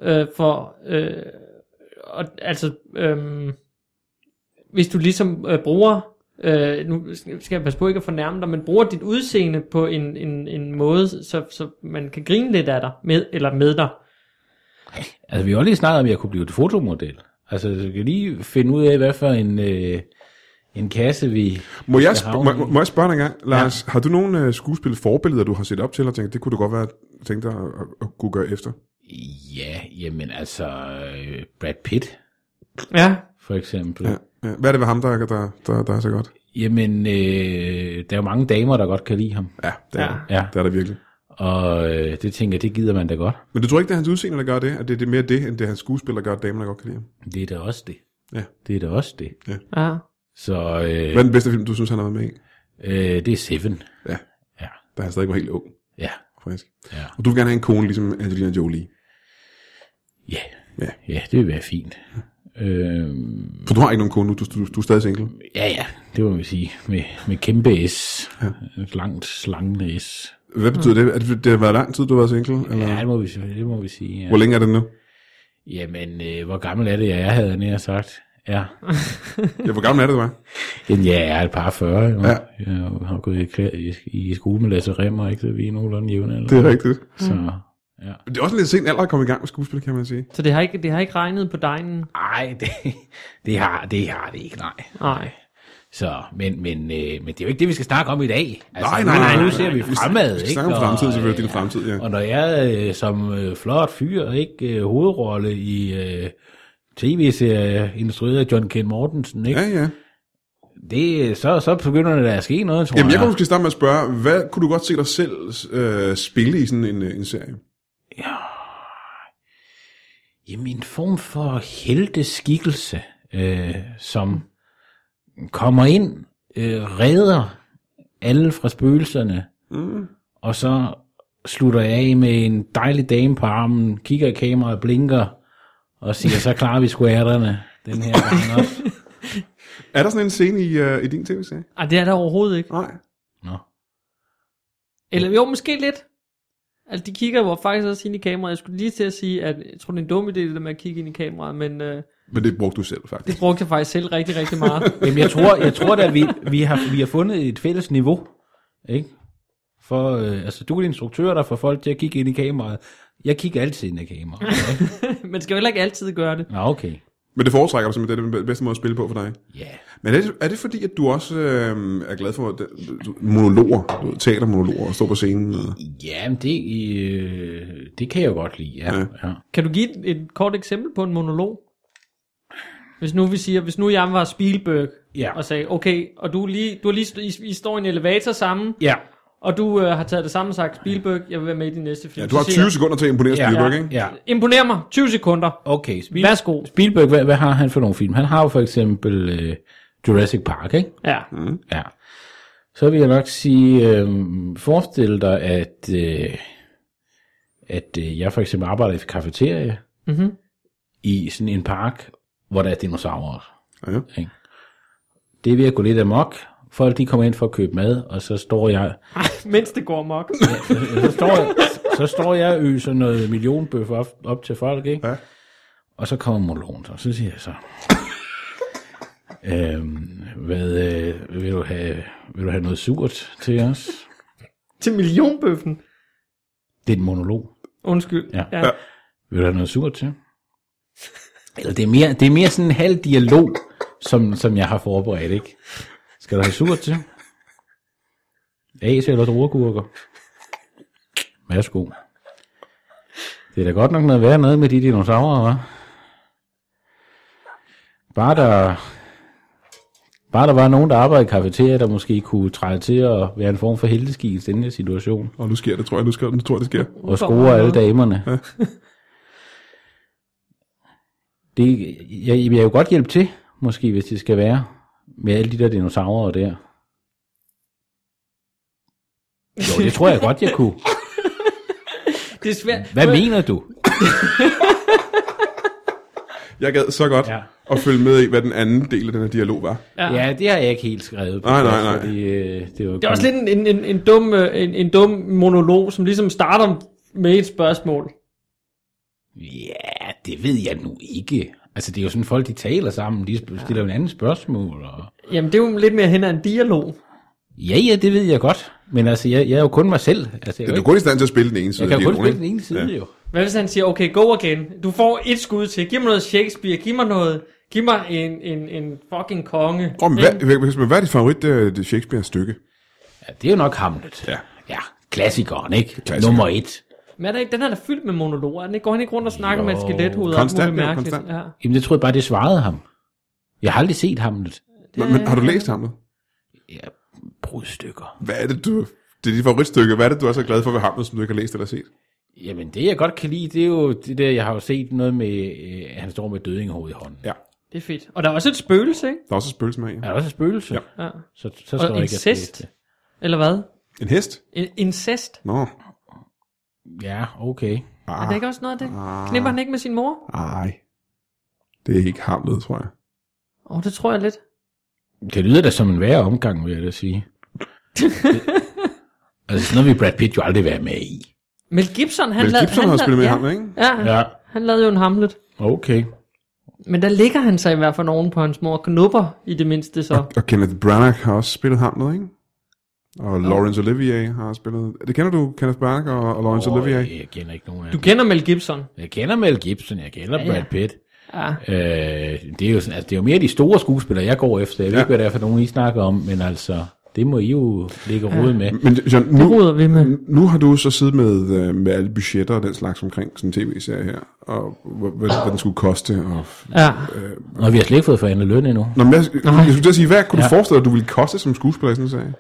hvis du ligesom bruger, nu skal jeg passe på ikke at fornærme dig, men bruger dit udseende på en måde, så man kan grine lidt af dig, med dig. Altså vi har jo lige snakket om, at jeg kunne blive et fotomodel. Altså jeg kan lige finde ud af, hvad for en kasse vi... Må jeg spørge dig en gang, Lars? Ja. Har du nogle skuespilforbilleder, du har set op til, og tænkt, det kunne du godt være tænkt dig at kunne gøre efter? Ja, jamen altså Brad Pitt. Ja. For eksempel. Ja. Hvad er det ved ham, der er så godt? Jamen, der er jo mange damer, der godt kan lide ham. Ja, det er der virkelig. Og det tænker jeg, det gider man da godt. Men du tror ikke, det er hans udseende, der gør det? At det er mere det, end det er hans skuespiller, der gør, at damer, der godt kan lide ham? Det er da også det. Ja. Det er da også det. Ja. Så, hvad er den bedste film, du synes, han har været med i? Det er Seven. Ja. Der han stadig var helt ung. Ja. Faktisk. Ja. Og du vil gerne have en kone, ligesom Angelina Jolie? Ja, det vil være fint. For du har ikke nogen kone nu, du er stadig single? Ja, det må vi sige. Med kæmpe S. Ja. Langt, slangende S. Hvad betyder det? Det har været lang tid, du har været single? Eller? Ja, det må vi sige. Ja. Hvor længe er det nu? Jamen, hvor gammel er det, jeg havde nær sagt? Ja. Ja, hvor gammel er det, du er? Jamen, jeg er et par 40. Ja. Ja. Jeg har gået i skole med Lasse Remmer, ikke? Så vi er nogenlunde jævne. Eller? Det er rigtigt. Så, ja. Det er også en lidt sent alder at komme i gang med skuespil, kan man sige. Så det har ikke regnet på dejen? Nej, det har det ikke, Nej. Så, men det er jo ikke det, vi skal snakke om i dag. Altså, Nej. Nu ser vi fremad, Vi ikke? snakker om fremtid, selvfølgelig. Din fremtid, ja. Og når jeg som flot fyr, ikke hovedrolle i tv-serie instrueret af John Ken Mortensen, ikke? Ja. Så begynder der at ske noget, tror Jamen, jeg kunne måske starte med at spørge, hvad kunne du godt se dig selv spille i sådan en serie? Ja. Jamen, en form for helteskikkelse, som kommer ind, redder alle fra spøgelserne, og så slutter jeg af med en dejlig dame på armen, kigger i kameraet, blinker, og siger, så klarer vi squatterne den her gang også. Er der sådan en scene i din tv-serie? Ej, det er der overhovedet ikke. Nej. Nå. Eller jo, måske lidt. Altså, de kigger jo faktisk også ind i kameraet. Jeg skulle lige til at sige, at jeg tror, det er en dum idé, det der med at kigge ind i kameraet, men det brugte du selv, faktisk. det brugte jeg faktisk selv rigtig, rigtig meget. Jamen, jeg tror da, vi har fundet et fælles niveau, ikke? For, altså, du er instruktør, der får folk til at kigge ind i kameraet. Jeg kigger altid ind i kameraet. Man skal jo heller ikke altid gøre det. Nå, okay. Men det foretrækker du simpelthen, det er den bedste måde at spille på for dig? Ja. Yeah. Men er det fordi, at du også er glad for monologer, teatermonologer, og stå på scenen? Og... Jamen, det kan jeg jo godt lide, ja. Kan du give et kort eksempel på en monolog? Hvis nu jeg var Spielberg, Ja. og sagde, okay, og I står i en elevator sammen, Ja. og du har taget det samme og sagt, Spielberg, jeg vil være med i de næste film. Ja, du har 20 sekunder til at imponere Spielberg, ikke? Ja. Imponer mig, 20 sekunder. Okay, Værsgo. Spielberg, hvad har han for nogle film? Han har jo for eksempel Jurassic Park, ikke? Ja. Ja. Så vil jeg nok sige, forestil dig, at jeg for eksempel arbejder i et cafeterie i sådan en park, hvor der er dinosaurer. Ja. Ikke? Det er ved at gå lidt amok. Folk de kommer ind for at købe mad, og så står jeg... Mens det går amok. så står jeg og øser noget millionbøf op til folk, ikke? Ja. Og så kommer monologen, og så siger jeg så... vil du have noget surt til os? Til millionbøffen. Det er en monolog. Undskyld. Ja. Vil du have noget surt til? Eller det er mere sådan en halv dialog, som jeg har forberedt, ikke? Skal du have surt til? As eller druergurker? Værsgo. Det er da godt nok noget værd noget med de dinosaurer, hva'? Bare der var nogen, der arbejder i kafeteriet, der måske kunne træde til at være en form for helteskik i denne situation. Og nu sker det, tror jeg. Nu tror jeg, det sker. Og score alle damerne. Ja. Jeg vil jo godt hjælpe til, måske, hvis det skal være, med alle de der dinosaurer der. Jo, det tror jeg godt, jeg kunne. Det er svært. Hvad mener du? Jeg gad så godt at følge med i, hvad den anden del af den her dialog var. Ja, det har jeg ikke helt skrevet på. Nej. Fordi, det er også lidt en dum monolog, som ligesom starter med et spørgsmål. Ja, det ved jeg nu ikke. Altså, det er jo sådan, folk de taler sammen, de stiller jo en anden spørgsmål. Og... Jamen, det er jo lidt mere hen ad en dialog. Ja, det ved jeg godt. Men altså, jeg er jo kun mig selv. Altså, du er kun i stand til at spille den ene side. Jeg kan kun spille den ene side, jo. Hvad hvis han siger, okay, go again. Du får et skud til. Giv mig noget Shakespeare. Giv mig en fucking konge. Hvad er dit favorit Shakespeare-stykke? Ja, det er jo nok Hamlet. Ja, klassikeren, ikke? Nummer 1. Men er der ikke, den her der fyldt med monologer? Går han ikke rundt og snakker med et skelethoved? Konstant. Ja. Jamen, det tror jeg bare, det svarede ham. Jeg har aldrig set Hamlet. Men har du læst Hamlet? Ja, brudstykker. Hvad er det, det er dit favoritstykke. Hvad er det, du er så glad for ved Hamlet, som du ikke har læst eller set? Jamen, det jeg godt kan lide, det er jo det der, jeg har jo set noget med, han står med dødingehoved i hånden. Ja. Det er fedt. Og der er også et spøgelse, ikke? Der er også et spøgelse med, Er der også et spøgelse? Ja. Så skal der ikke incest? Eller hvad? En hest? Incest? Nå. Ja, okay. Er det ikke også noget af det? Knipper han ikke med sin mor? Nej. Det er ikke Hamlet, tror jeg. Det tror jeg lidt. Det lyder da som en værre omgang, vil jeg da sige. Altså sådan noget vil Brad Pitt jo aldrig være med i. Mel Gibson, han har spillet med i Hamlet, ikke? Ja, han lavede jo en Hamlet. Okay. Men der ligger han sig i hvert fald nogen på hans mor knupper, i det mindste så. Og Kenneth Branagh har også spillet Hamlet, ikke? Og Laurence Olivier har spillet... Det kender du, Kenneth Branagh og Laurence Olivier? Jeg kender ikke nogen af dem. Du kender Mel Gibson? Jeg kender Mel Gibson, jeg kender Brad Pitt. Ja. Det er jo sådan, altså, det er jo mere de store skuespillere, jeg går efter. Jeg ved ikke, hvad det er for nogen, I snakker om, men altså... Det må I jo ligge råd med. Men John, nu har du så siddet med alle budgetter og den slags omkring sådan en tv-serie her, og hvad den skulle koste. Og vi har slet ikke fået forhandlet løn endnu. Nå, men jeg skulle til at sige, hvad kunne du forestille dig, at du ville koste som skuespiller i sådan en serie?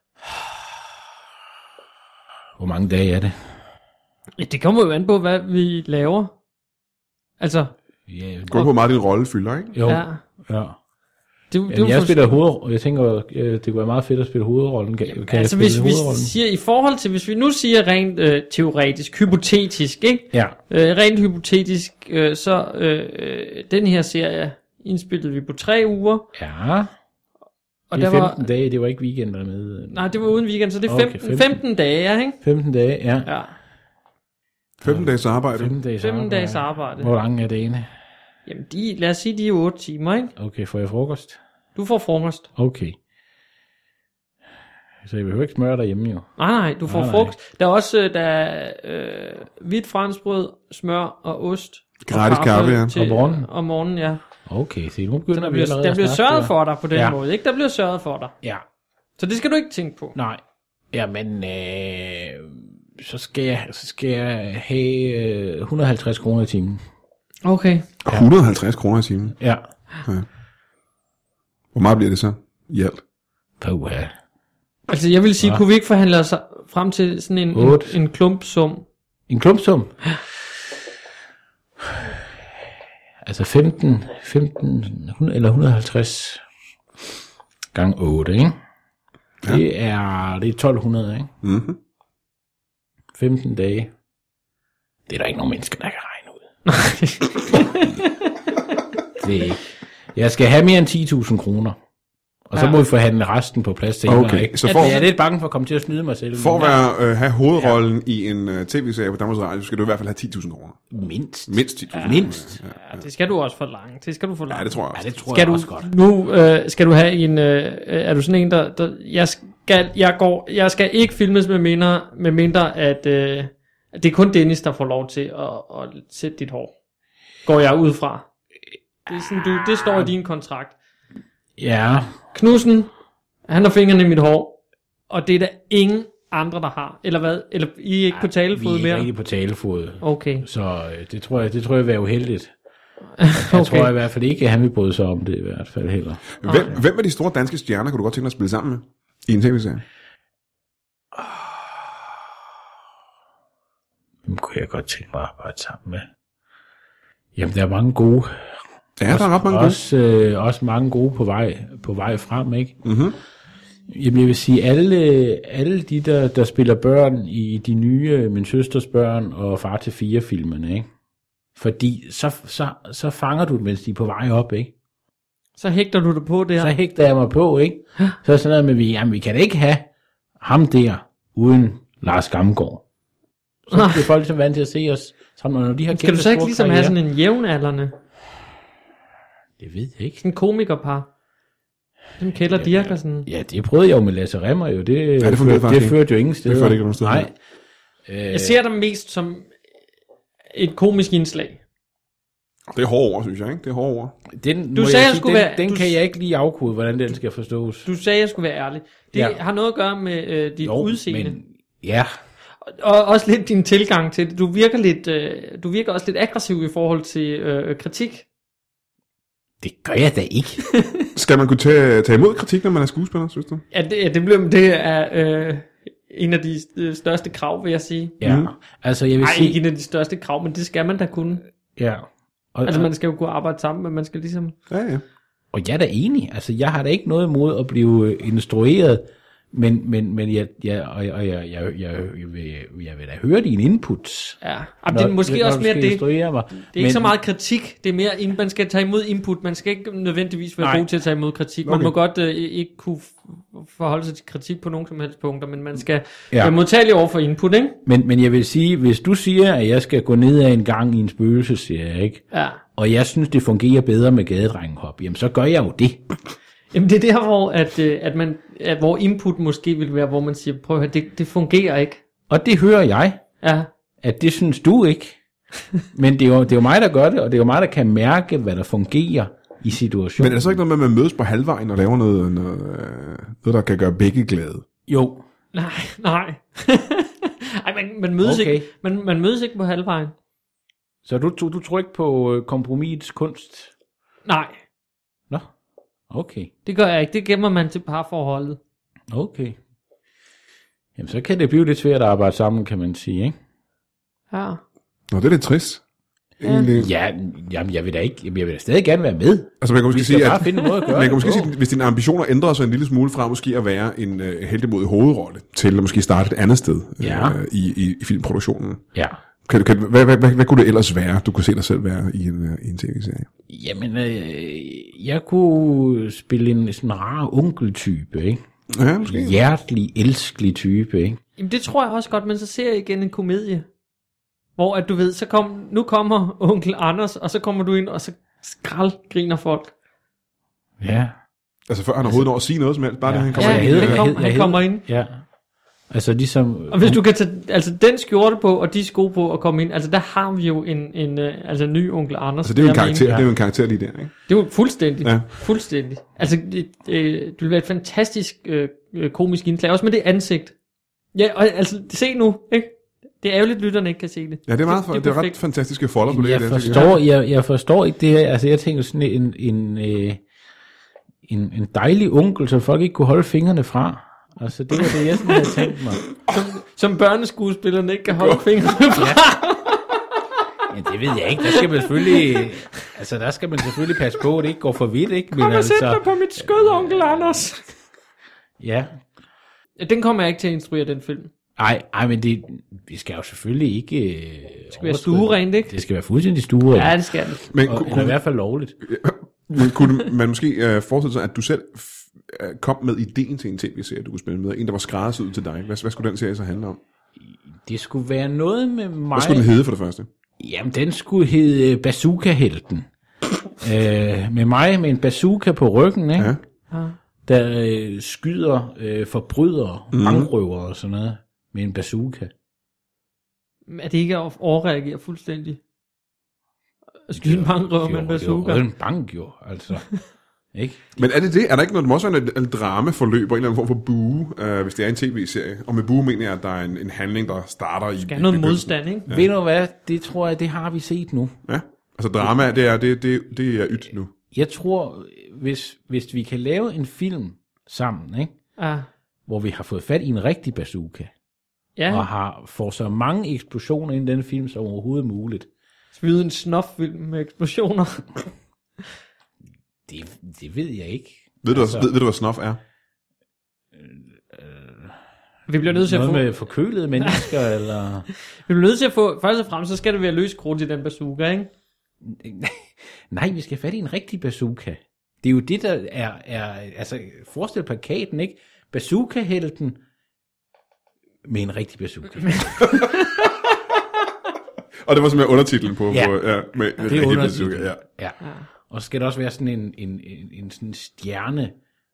Hvor mange dage er det? Ja, det kommer jo an på, hvad vi laver. Altså... Det går på meget din rolle fylder, ikke? Jo, ja. Jeg spiller hovedrollen. Jeg tænker, det kunne være meget fedt at spille hovedrollen. Kan altså hvis vi siger, i forhold til, hvis vi nu siger rent teoretisk, hypotetisk, ikke? Ja. Rent hypotetisk, så den her serie indspillede vi på 3 uger. Ja. Og det er 15 dage, det var ikke weekender med. Nej, det var uden weekend, så det er 15 dage, ikke? 15 dage, ja. 15 dages arbejde. 15 dages arbejde. Hvor lang er det ene? Jamen, lad os sige, de er 8 timer, ikke? Okay, får jeg frokost? Du får frokost. Okay. Så jeg behøver ikke smøre derhjemme, jo. Nej, du får frokost. Der er også hvidt franskbrød, smør og ost. Gratis kaffe, ja. Om morgenen, ja. Okay, så nu begynder vi allerede. Der bliver sørget for dig på den måde, ikke? Der bliver sørget for dig. Ja. Så det skal du ikke tænke på. Nej. Jamen, så skal jeg have 150 kroner i timen. Okay. 150 kroner i timen? Ja. Hvor meget bliver det så i alt? Puha. Altså, jeg vil sige, kunne vi ikke forhandle os frem til sådan en klumpsum? En klumpsum? Altså 15 eller 150 gange 8, ikke? Ja. Det er 1200, ikke? Mm-hmm. 15 dage. Det er der ikke nogen mennesker, der kan regne ud. Jeg skal have mere end 10.000 kroner. Og så må vi forhandle resten på plads til. Okay, så jeg er lidt bange for at komme til at snyde mig selv. For at have hovedrollen i en tv-serie på Danmarks Radio, skal du i hvert fald have 10.000 kroner. Mindst. Mindst 10.000. Ja. Mindst. Ja, det skal du også forlange. Det skal du forlange. Ja, det tror jeg også. Ja, det tror jeg også godt. Nu skal du have en... er du sådan en, der jeg skal ikke filmes med mindre at det er kun Dennis, der får lov til at sætte dit hår. Går jeg ud fra. Det er sådan, det står i din kontrakt. Ja. Knudsen, han har fingrene i mit hår, og det er der ingen andre, der har. Eller hvad? Eller I er ikke på talefod mere? Vi er ikke på talefod. Okay. Så det tror jeg vil være uheldigt. Jeg tror i hvert fald ikke, at han vil bryde sig om det i hvert fald heller. Hvem er de store danske stjerner, kunne du godt tænke dig at spille sammen med i en tv-serie? Hvem kunne jeg godt tænke mig at arbejde sammen med? Jamen, der er mange gode. Ja, der er ret mange gode. Også mange gode på vej frem, ikke? Mm-hmm. Jamen, jeg vil sige, alle de, der spiller børn i de nye Min Søsters Børn og Far til 4-filmene, ikke? Fordi så fanger du dem, mens de er på vej op, ikke? Så hægter du det på der. Så hægter jeg mig på, ikke? Så er sådan noget med, vi kan da ikke have ham der uden Lars Gamgaard. Så er folk så vant til at se os sammen, når de har. Skal du så ikke ligesom have sådan en jævnaldrende? Det ved jeg ikke. Sådan en komikerpar. Sådan Kjeld og Dirk og sådan. Ja, det prøvede jeg jo med Lasse Remmer jo. Det førte jo ingen steder. Det førte ikke nogen steder. Nej. Jeg ser dem mest som et komisk indslag. Det er hårde ord, synes jeg, ikke? Det er hårde ord. Den kan jeg ikke lige afkode, hvordan den skal forstås. Du sagde, jeg skulle være ærlig. Det har noget at gøre med dit udseende. Men, ja. Og også lidt din tilgang til det. Du virker også lidt aggressiv i forhold til kritik. Det gør jeg da ikke. Skal man kunne tage imod kritik, når man er skuespiller, synes du? Ja, det er en af de største krav, vil jeg sige. Ja, altså jeg vil sige... ikke en af de største krav, men det skal man da kunne. Ja. Altså man skal jo kunne arbejde sammen, men man skal ligesom... Ja. Og jeg er da enig. Altså jeg har da ikke noget imod at blive instrueret, men jeg vil da høre dine inputs. Ja, det er måske også mere det. Det er ikke så meget kritik, det er mere, man skal tage imod input, man skal ikke nødvendigvis være god til at tage imod kritik. Man må godt ikke kunne forholde sig til kritik på nogen som helst punkter, men man skal være modtagelig over for input, ikke? Men jeg vil sige, hvis du siger, at jeg skal gå ned ad en gang i en spøgelseserie, ikke? Ja. Og jeg synes, det fungerer bedre med gadedrengenhop, jamen så gør jeg jo det. Jamen det er der, hvor input måske vil være, hvor man siger, prøv at høre, det fungerer ikke. Og det hører jeg, at det synes du ikke. Men det er jo mig, der gør det, og det er jo mig, der kan mærke, hvad der fungerer i situationen. Men er det så ikke noget med, at man mødes på halvvejen og laver noget der kan gøre begge glade? Jo. Nej. Ej, man mødes ikke. Man mødes ikke på halvvejen. Så du tror ikke på kompromisets kunst? Nej. Nå. Okay. Det gør jeg ikke. Det gemmer man til parforholdet. Okay. Jamen, så kan det blive lidt svært at arbejde sammen, kan man sige, ikke? Ja. Nå, det er lidt trist. Ja, jamen, jeg vil da stadig gerne være med. Altså, man kan måske sige, at man kan måske sige, hvis dine ambitioner ændrer sig en lille smule fra måske at være en heltemodig hovedrolle, til at måske starte et andet sted i filmproduktionen. Ja. Hvad kunne det ellers være, du kunne se dig selv være i en tv-serie? Jamen, jeg kunne spille en sådan rar onkeltype, ikke? Ja, måske. Hjertelig, elskelig type, ikke? Jamen, det tror jeg også godt, men så ser jeg igen en komedie. Hvor at du ved, nu kommer onkel Anders, og så kommer du ind, og så griner folk. Ja. Altså før han overhovedet når at sige noget som helst, bare det han kommer ind. Han kommer ind. Ja. Altså ligesom... Og hvis du kan tage den skjorte på, og de sko på, og komme ind, altså der har vi jo en ny onkel Anders. Altså det er jo en karakter, det er jo en karakter lige der, ikke? Det er jo fuldstændig. Altså det vil være et fantastisk komisk indslag, også med det ansigt. Ja, og altså se nu, ikke? Det er ærgerligt, lytterne ikke kan se det. Ja, det er meget det er ret fantastiske folder på det. Jeg forstår ikke det her. Altså jeg tænker sådan en dejlig onkel, så folk ikke kunne holde fingrene fra. Altså, det var det, jeg sådan havde tænkt mig. Som børneskuespillerne ikke kan holde fingrene fra. Ja, det ved jeg ikke. Der skal man selvfølgelig passe på, at det ikke går for vidt, ikke? Kom og sæt dig på mit skød, onkel Anders. Ja. Den kommer jeg ikke til at instruere, den film. Ej, men vi skal jo selvfølgelig ikke... Det skal være stuerent, ikke? Det skal være fuldstændig stuerent. Ja, det skal det. Men eller i hvert fald lovligt. Men kunne man måske forestille sig, at du selv kom med ideen til en tv-serie, du kunne spille med? En, der var skræddersyet til dig. Hvad skulle den serie så handle om? Det skulle være noget med mig... Hvad skulle den hedde for det første? Jamen, den skulle hedde Bazooka-helten. Med mig med en bazooka på ryggen, ikke? Ja. Der skyder forbrydere, bankrøvere og sådan noget med en bazooka. Er det ikke at overreagere fuldstændig? At skyde en bankrøver med en bazooka? Det er en bank jo, altså. Ikke? Men er det det? Er der ikke noget, der må også være en dramaforløb og en eller anden form for bue, hvis det er en tv-serie? Og med bue mener jeg, at der er en handling, der starter i... Skal noget modstand, ikke? Ja. Ved du hvad? Det tror jeg, det har vi set nu. Ja, altså drama, det er ydt nu. Jeg tror, hvis vi kan lave en film sammen, ikke? Hvor vi har fået fat i en rigtig bazooka, og får så mange eksplosioner i den film som overhovedet muligt. Skyde en snuff-film med eksplosioner. Det ved jeg ikke. Ved du, hvad snuff er? Vi bliver nødt til at få... med forkølede mennesker, eller... Vi bliver nødt til at få... Først og fremmest, så skal det være løs krudt i den bazooka, ikke? Nej, vi skal have fat i en rigtig bazooka. Det er jo det, der er altså, forestil plakaten, ikke? Bazooka-helten med en rigtig bazooka. Og det var simpelthen undertitlen på... Ja, med det er undertitlen. Ja. Og så skal der også være sådan en sådan stjerne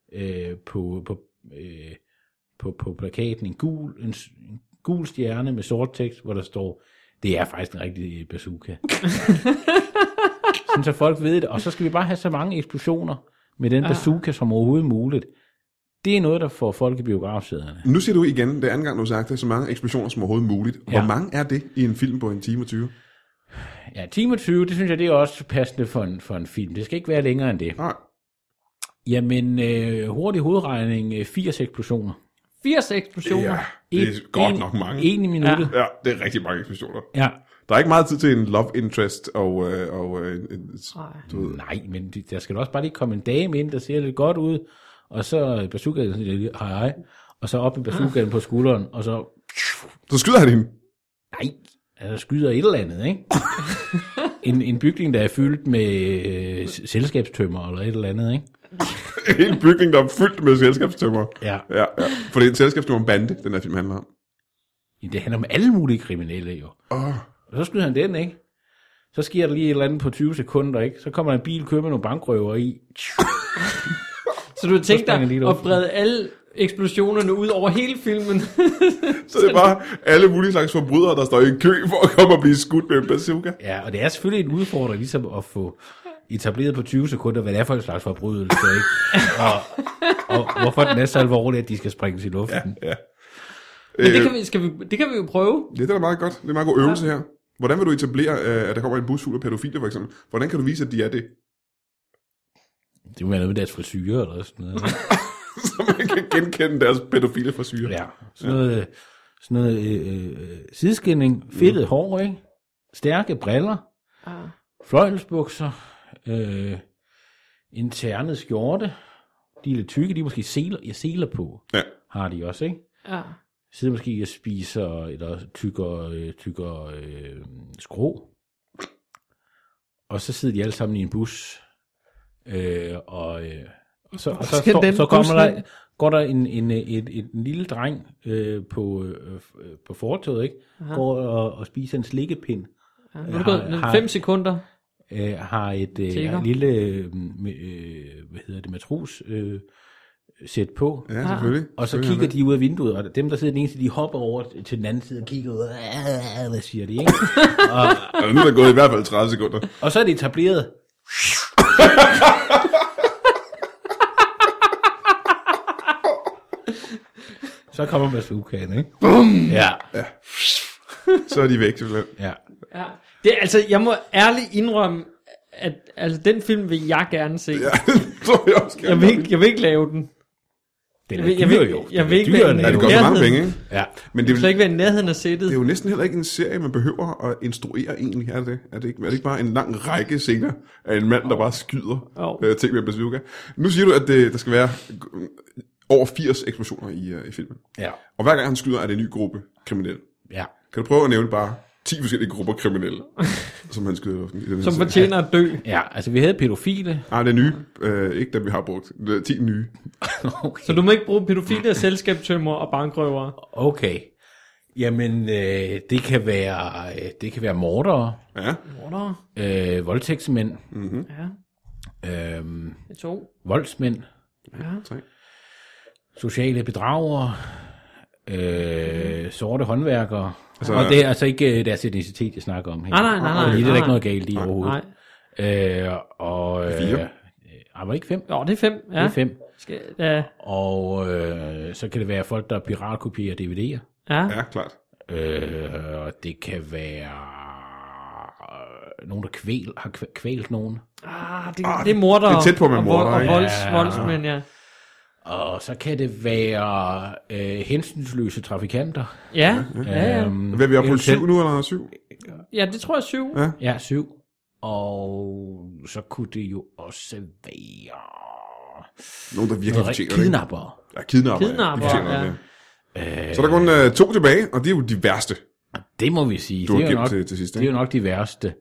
på plakaten. En gul stjerne med sort tekst, hvor der står, det er faktisk en rigtig bazooka. Sådan så folk ved det. Og så skal vi bare have så mange eksplosioner med den bazooka som overhovedet muligt. Det er noget, der får folk i biografsæderne. Nu siger du igen, det er anden gang, du har sagt det, så mange eksplosioner som overhovedet muligt. Hvor mange er det i en film på 1 time og 20? Ja, 1 time og 20, det synes jeg, det er også passende for en film. Det skal ikke være længere end det. Nej. Jamen, hurtig hovedregning, 80 eksplosioner. 80 eksplosioner? Ja, det er godt nok mange. 1 i minuttet. Ja, det er rigtig mange eksplosioner. Ja. Der er ikke meget tid til en love interest Nej, men der skal også bare lige komme en dame ind, der ser lidt godt ud, og så bazookaen siger hej, og så op med bazookaen på skulderen, og så... Så skyder han hende? Nej, altså skyder et eller andet, ikke? en bygning, der er fyldt med selskabstømmer eller et eller andet, ikke? En bygning, der er fyldt med selskabstømmer. Ja. For det er en selskabstømmer bande, den her film handler om. Ja, det handler om alle mulige kriminelle, jo. Og så skyder han den, ikke? Så sker der lige et eller andet på 20 sekunder, ikke? Så kommer der en bil, kører med nogle bankrøver i. Så du har tænkt dig at brede alle eksplosionerne ud over hele filmen? Så det er bare alle mulige slags forbrydere, der står i en kø for at komme og blive skudt med en bazooka. Ja, og det er selvfølgelig en udfordring ligesom at få etableret på 20 sekunder, hvad det er for en slags forbrydelse, ikke? og hvorfor den er så alvorlig, at de skal springes i luften. Ja. Men det kan vi jo prøve. Ja, det er meget godt. Det er en meget god øvelse her. Hvordan vil du etablere, at der kommer en bus fuld af pædofile, for eksempel? Hvordan kan du vise, at de er det? Det må være noget med deres frisyrer eller sådan noget. Så man kan genkende deres pædofile frisyrer. Ja, sådan noget sideskinning, fedtet hår, ikke? Stærke briller, fløjelsbukser, en ternet skjorte. De er lidt tykke, de er måske seler på. Ja. Har de også, ikke? Ja. Sidder måske og spiser eller tykker skrå. Og så sidder de alle sammen i en bus. Og så går der en lille dreng på fortovet, ikke? Går og spiser en slikkepind. Nu er det gået 5 sekunder. Har et lille matros sæt på. Ja, selvfølgelig. Og så kigger de ud af vinduet, og dem, der sidder den ene side, de hopper over til den anden side og kigger ud. Hvad siger de, ikke? Og nu er der gået i hvert fald 30 sekunder. Og så er det etableret. Så kommer bazookaen, ikke? Boom! Ja. Så er de væk, selvfølgelig. Ja. Det, altså, jeg må ærligt indrømme, at altså, den film vil jeg gerne se. Ja. tror jeg også gerne. Jeg vil ikke lave den. Den Jeg er vil- jeg dyr vil- jo. jeg vil ikke dyr, være- Ja, det koster mange penge, ikke? Ja. Men Det det, vil slet ikke være i nærheden af sættet. det er jo næsten heller ikke en serie, man behøver at instruere egentlig, er det? Er det ikke bare en lang række scener af en mand, der bare skyder ting med en bazooka? Nu siger du, at der skal være over 80 eksplosioner i filmen. Ja. Og hver gang han skyder, er det en ny gruppe kriminelle. Ja. Kan du prøve at nævne bare 10 forskellige grupper kriminelle, som han skyder i luften? I den her Som serie? fortjener at dø. Ja, altså vi havde pædofile. Nej, det er nye. Ikke dem, vi har brugt. Det er 10 nye. Okay. Så du må ikke bruge pædofile, selskabstømmer og bankrøvere. Okay. Jamen, det kan være mordere, Ja. Morder. voldtægtsmænd, Ja, det 2. voldsmænd, Ja. 3. sociale bedragere, sorte håndværkere. Altså- Og det er altså ikke deres etnicitet, jeg snakker om her. Nej. Fordi det er der ikke nej. noget galt i overhovedet. Nej. Og 4. var det ikke 5? Jo, det er 5. Ja. Det er 5. Ja. Og så kan det være folk, der piratkopierer DVD'er. Ja. Ja, klart. Og det kan være nogen, der har kvælt nogen. Det er morder. det er tæt på med morder, og ikke? voldsmænd, ja. Og så kan det være hensynsløse trafikanter. Ja. Hvad er vi oppe på? 7 nu, eller 7? Ja, det tror jeg 7. Ja. Ja, 7. Og så kunne det jo også være Nogen, der virkelig noget fortjener det. kidnappere. Ja, kidnapper. Kidnapper, De fortjener ja. det. Så er der kun 2 tilbage, og det er jo de værste. Det må vi sige. Du har Det er jo gemt nok, til sidst, det er jo nok de værste.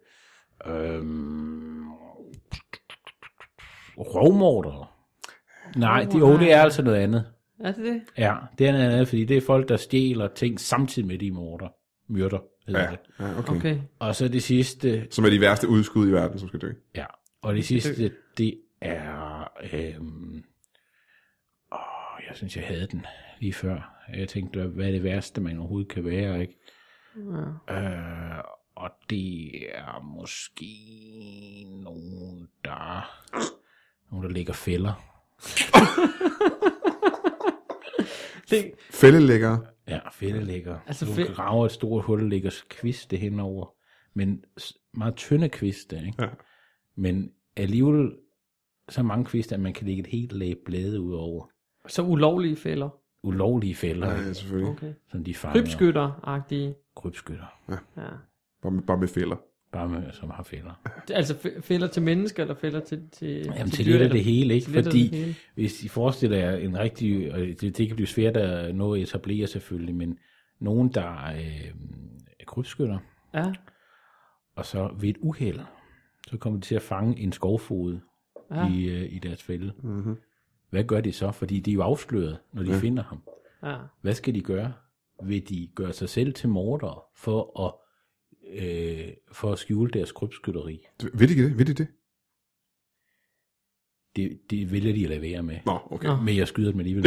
Rovmordere. Nej, det er altså noget andet. Er det det? Ja, det er noget andet, fordi det er folk, der stjæler ting samtidig med de myrder, hedder Ja, det. ja okay. Okay. Og så det sidste, Som er de værste udskud i verden, som skal dø. ja, og det sidste, det er, jeg synes, jeg havde den lige før. Jeg tænkte, hvad er det værste, man overhovedet kan være, ikke? Ja. Og det er måske nogen, der lægger fælder. Fældelæggere. Ja, fældelægger. Altså, Altså, du graver et stort hul og lægger kviste henover. Men meget tynde kviste, ikke? Ja. Men alligevel så mange kviste, at man kan lægge et helt lag blade ud over. Så ulovlige fælder. Ulovlige fælder, Ja, selvfølgelig. Okay. som de fanger. Krybskytter-agtige. Krybskytter. Ja. Bare med fælder. Bare med, som har fælder. Altså fælder til mennesker, eller fælder til Jamen til dyr, lidt af eller- det hele, ikke? til lidt af Fordi det hele. hvis I forestiller jer en rigtig, og det kan blive svært at nå at etablere selvfølgelig, men nogen, der er krybskytter, Ja. og så ved et uheld, så kommer de til at fange en skovfod Ja. i deres fælde. Mm-hmm. Hvad gør de så? Fordi de er jo afsløret, når de finder ham. Ja. Hvad skal de gøre? Vil de gøre sig selv til morder for at skjule deres krybskytteri? Ved de ikke det? Ved de det? Det vælger de at lade være med. Nå, okay. Nå. Men jeg skyder dem alligevel.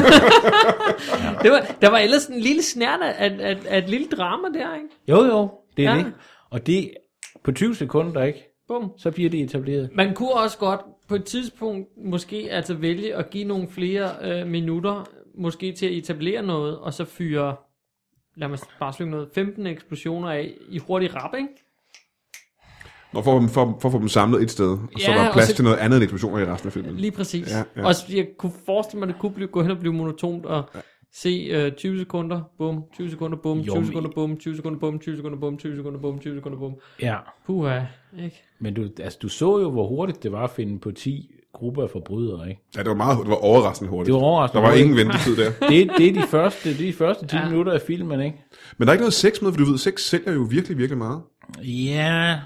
Der var ellers en lille snært af et lille drama der, ikke? jo, det er Ja. det. Og det på 20 sekunder, ikke? Bum. Så bliver det etableret. Man kunne også godt på et tidspunkt måske altså vælge at give nogle flere minutter, måske til at etablere noget, og så fyre, lad mig bare slynge noget, 15 eksplosioner af i hurtig rap, ikke? Nå, for at få dem samlet et sted, og så Ja, var der og plads så- til noget andet end eksplosioner i resten af filmen. Lige præcis. Ja, ja. Også jeg kunne forestille mig, at det kunne gå hen og blive monotont og se 20 sekunder, bum, 20 sekunder, bum, 20 sekunder, bum, 20 sekunder, bum, 20 sekunder, bum, 20 sekunder, bum, 20 sekunder, bum. Ja. Puha, ikke? Men du så jo, hvor hurtigt det var at finde på 10 grupper af forbrydere, ikke? Ja, det var overraskende hurtigt. Det var overraskende Der var hurtigt. ingen ventetid der. Det er de første 10 minutter af filmen, ikke? Men der er ikke noget sex med, for du ved, sex sælger jo virkelig, virkelig meget. Ja.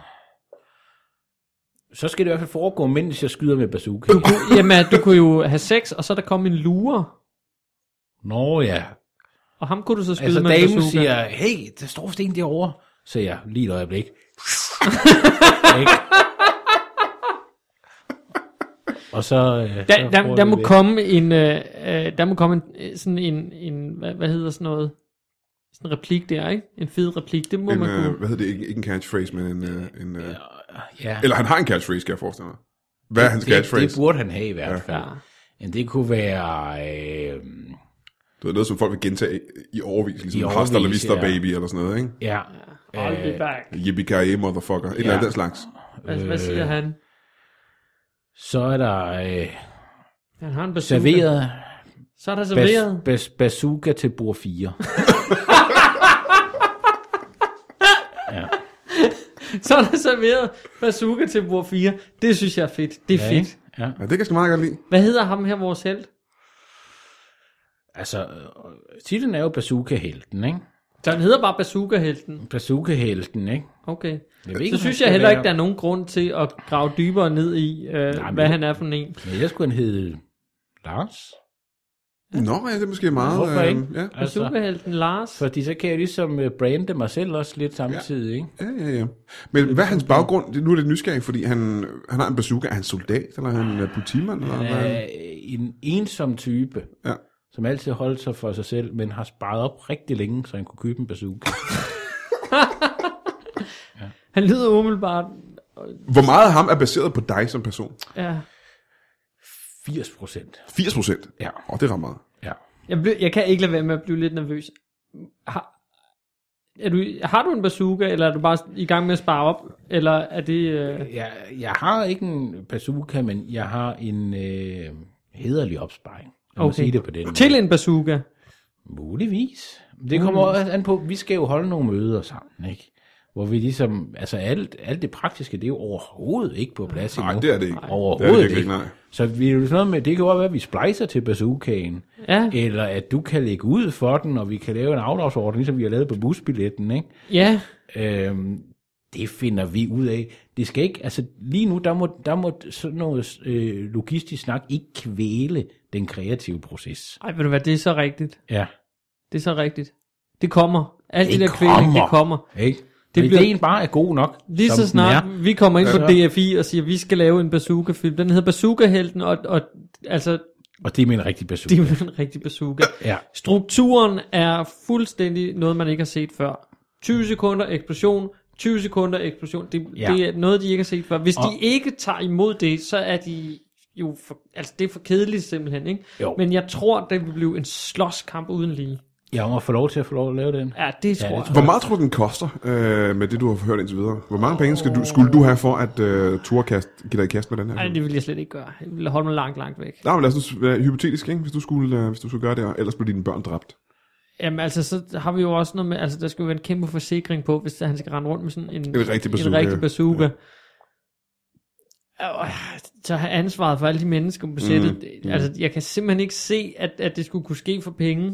Så skal det i hvert fald foregå, mens jeg skyder med bazooka. Jamen, du kunne jo have sex, og så der kom en lurer, Nå ja. og ham kunne du så skyde Altså med damen bazooka. siger, hey, der står vist en derovre. Så jeg, lige et øjeblik. Ikke? Og så... Der må komme en, sådan en hvad hedder sådan noget, sådan en replik der, ikke? En fed replik, det må man kunne. Hvad hedder det? Ikke en catchphrase, men en Ja, eller han har en catchphrase, skal jeg forestille mig. Hvad er hans catchphrase? det burde han have i hvert fald. Ja. Men det kunne være... Det er noget, som folk vil gentage i overvis, ligesom I Hasta la årevis, Vista ja. Baby, eller sådan noget, ikke? ja. I'll be back. Yippee-ki-yay, motherfucker. Et eller andet den slags. Hvad siger han? Så er der Han har en bazooka. serveret Så er der serveret. bazooka til bord 4. Så er der serveret bazooka til bord 4. Det synes jeg er fedt. Det er fedt. Ikke? Ja. Ja, det kan jeg sgu meget godt lide. Hvad hedder ham her, vores helt? Altså, titlen er jo bazooka-helten, ikke? Så han hedder bare bazooka-helten. Bazooka-helten, ikke? Okay. Ikke, Så synes jeg heller ikke, der er nogen grund til at grave dybere ned i, hvad han er for en. Men jeg skulle han hedde Lars. Nå, ja, det er måske meget... Hvorfor ikke? Ja. Bazooka-helten Lars. Fordi så kan jeg ligesom brande mig selv også lidt samtidig, ikke? Ja. Men hvad er hans baggrund? Nu er det nysgerrig, fordi han har en bazooka. Er han soldat, eller er han politimand? Eller Han hvad? er en ensom type, Ja. som altid holdt sig for sig selv, men har sparet op rigtig længe, så han kunne købe en bazooka. Han lyder umiddelbart... Hvor meget af ham er baseret på dig som person? Ja. 80%. 80%? Ja. Det er ret meget. Ja. Jeg kan ikke lade være med at blive lidt nervøs. Har du en bazooka, eller er du bare i gang med at spare op? Eller er det... Jeg har ikke en bazooka, men jeg har en hederlig opsparing. Jeg må sige det på den måde. Til en bazooka? Muligvis. Det kommer også an på, vi skal jo holde nogle møder sammen, ikke? Hvor vi ligesom, altså alt det praktiske, det er jo overhovedet ikke på plads endnu. Nej, det er det ikke. Overhovedet det er ikke. Nej. Så vi er jo sådan noget med, det kan jo være, at vi splicer til bazookaen. Ja. Eller at du kan lægge ud for den, og vi kan lave en afdragsordning, ligesom vi har lavet på busbilletten, ikke? Ja. Det finder vi ud af. Det skal ikke, altså lige nu, der må sådan noget logistisk snak ikke kvæle den kreative proces. Ej, ved du hvad, det er så rigtigt. Ja. Det er så rigtigt. Det kommer. Alt det der kommer. kvæling, det kommer. Ikke? Det bliver- Ideen bare er god nok. Lige så som snart den er. vi kommer ind på DFI og siger, at vi skal lave en bazooka-film. Den hedder Bazooka-helten, og altså, Og det er med en rigtig bazooka. det er en rigtig bazooka. Ja. Strukturen er fuldstændig noget, man ikke har set før. 20 sekunder eksplosion, 20 sekunder eksplosion. Det er noget, de ikke har set før. Hvis de ikke tager imod det, så er de jo altså det er for kedeligt simpelthen, ikke? Jo. Men jeg tror, det vil blive en slåskamp uden lige. Jeg må få lov til at lave den. Ja, det tror jeg. Hvor meget tror du, den koster, med det, du har hørt indtil videre? Hvor mange penge skulle du have for at give dig i kast med den her? Nej, det vil jeg slet ikke gøre. Jeg vil holde mig langt væk. Nej, men lad os være hypotetisk, ikke? Hvis du skulle gøre det, og ellers blev dine børn dræbt. Jamen altså, så har vi jo også noget med, altså der skal jo være en kæmpe forsikring på, hvis han skal rende rundt med sådan en rigtig bazooka. En rigtig bazooka. Ja. Så have ansvaret for alle de mennesker på sættet. Altså, jeg kan simpelthen ikke se, at det skulle kunne ske for penge.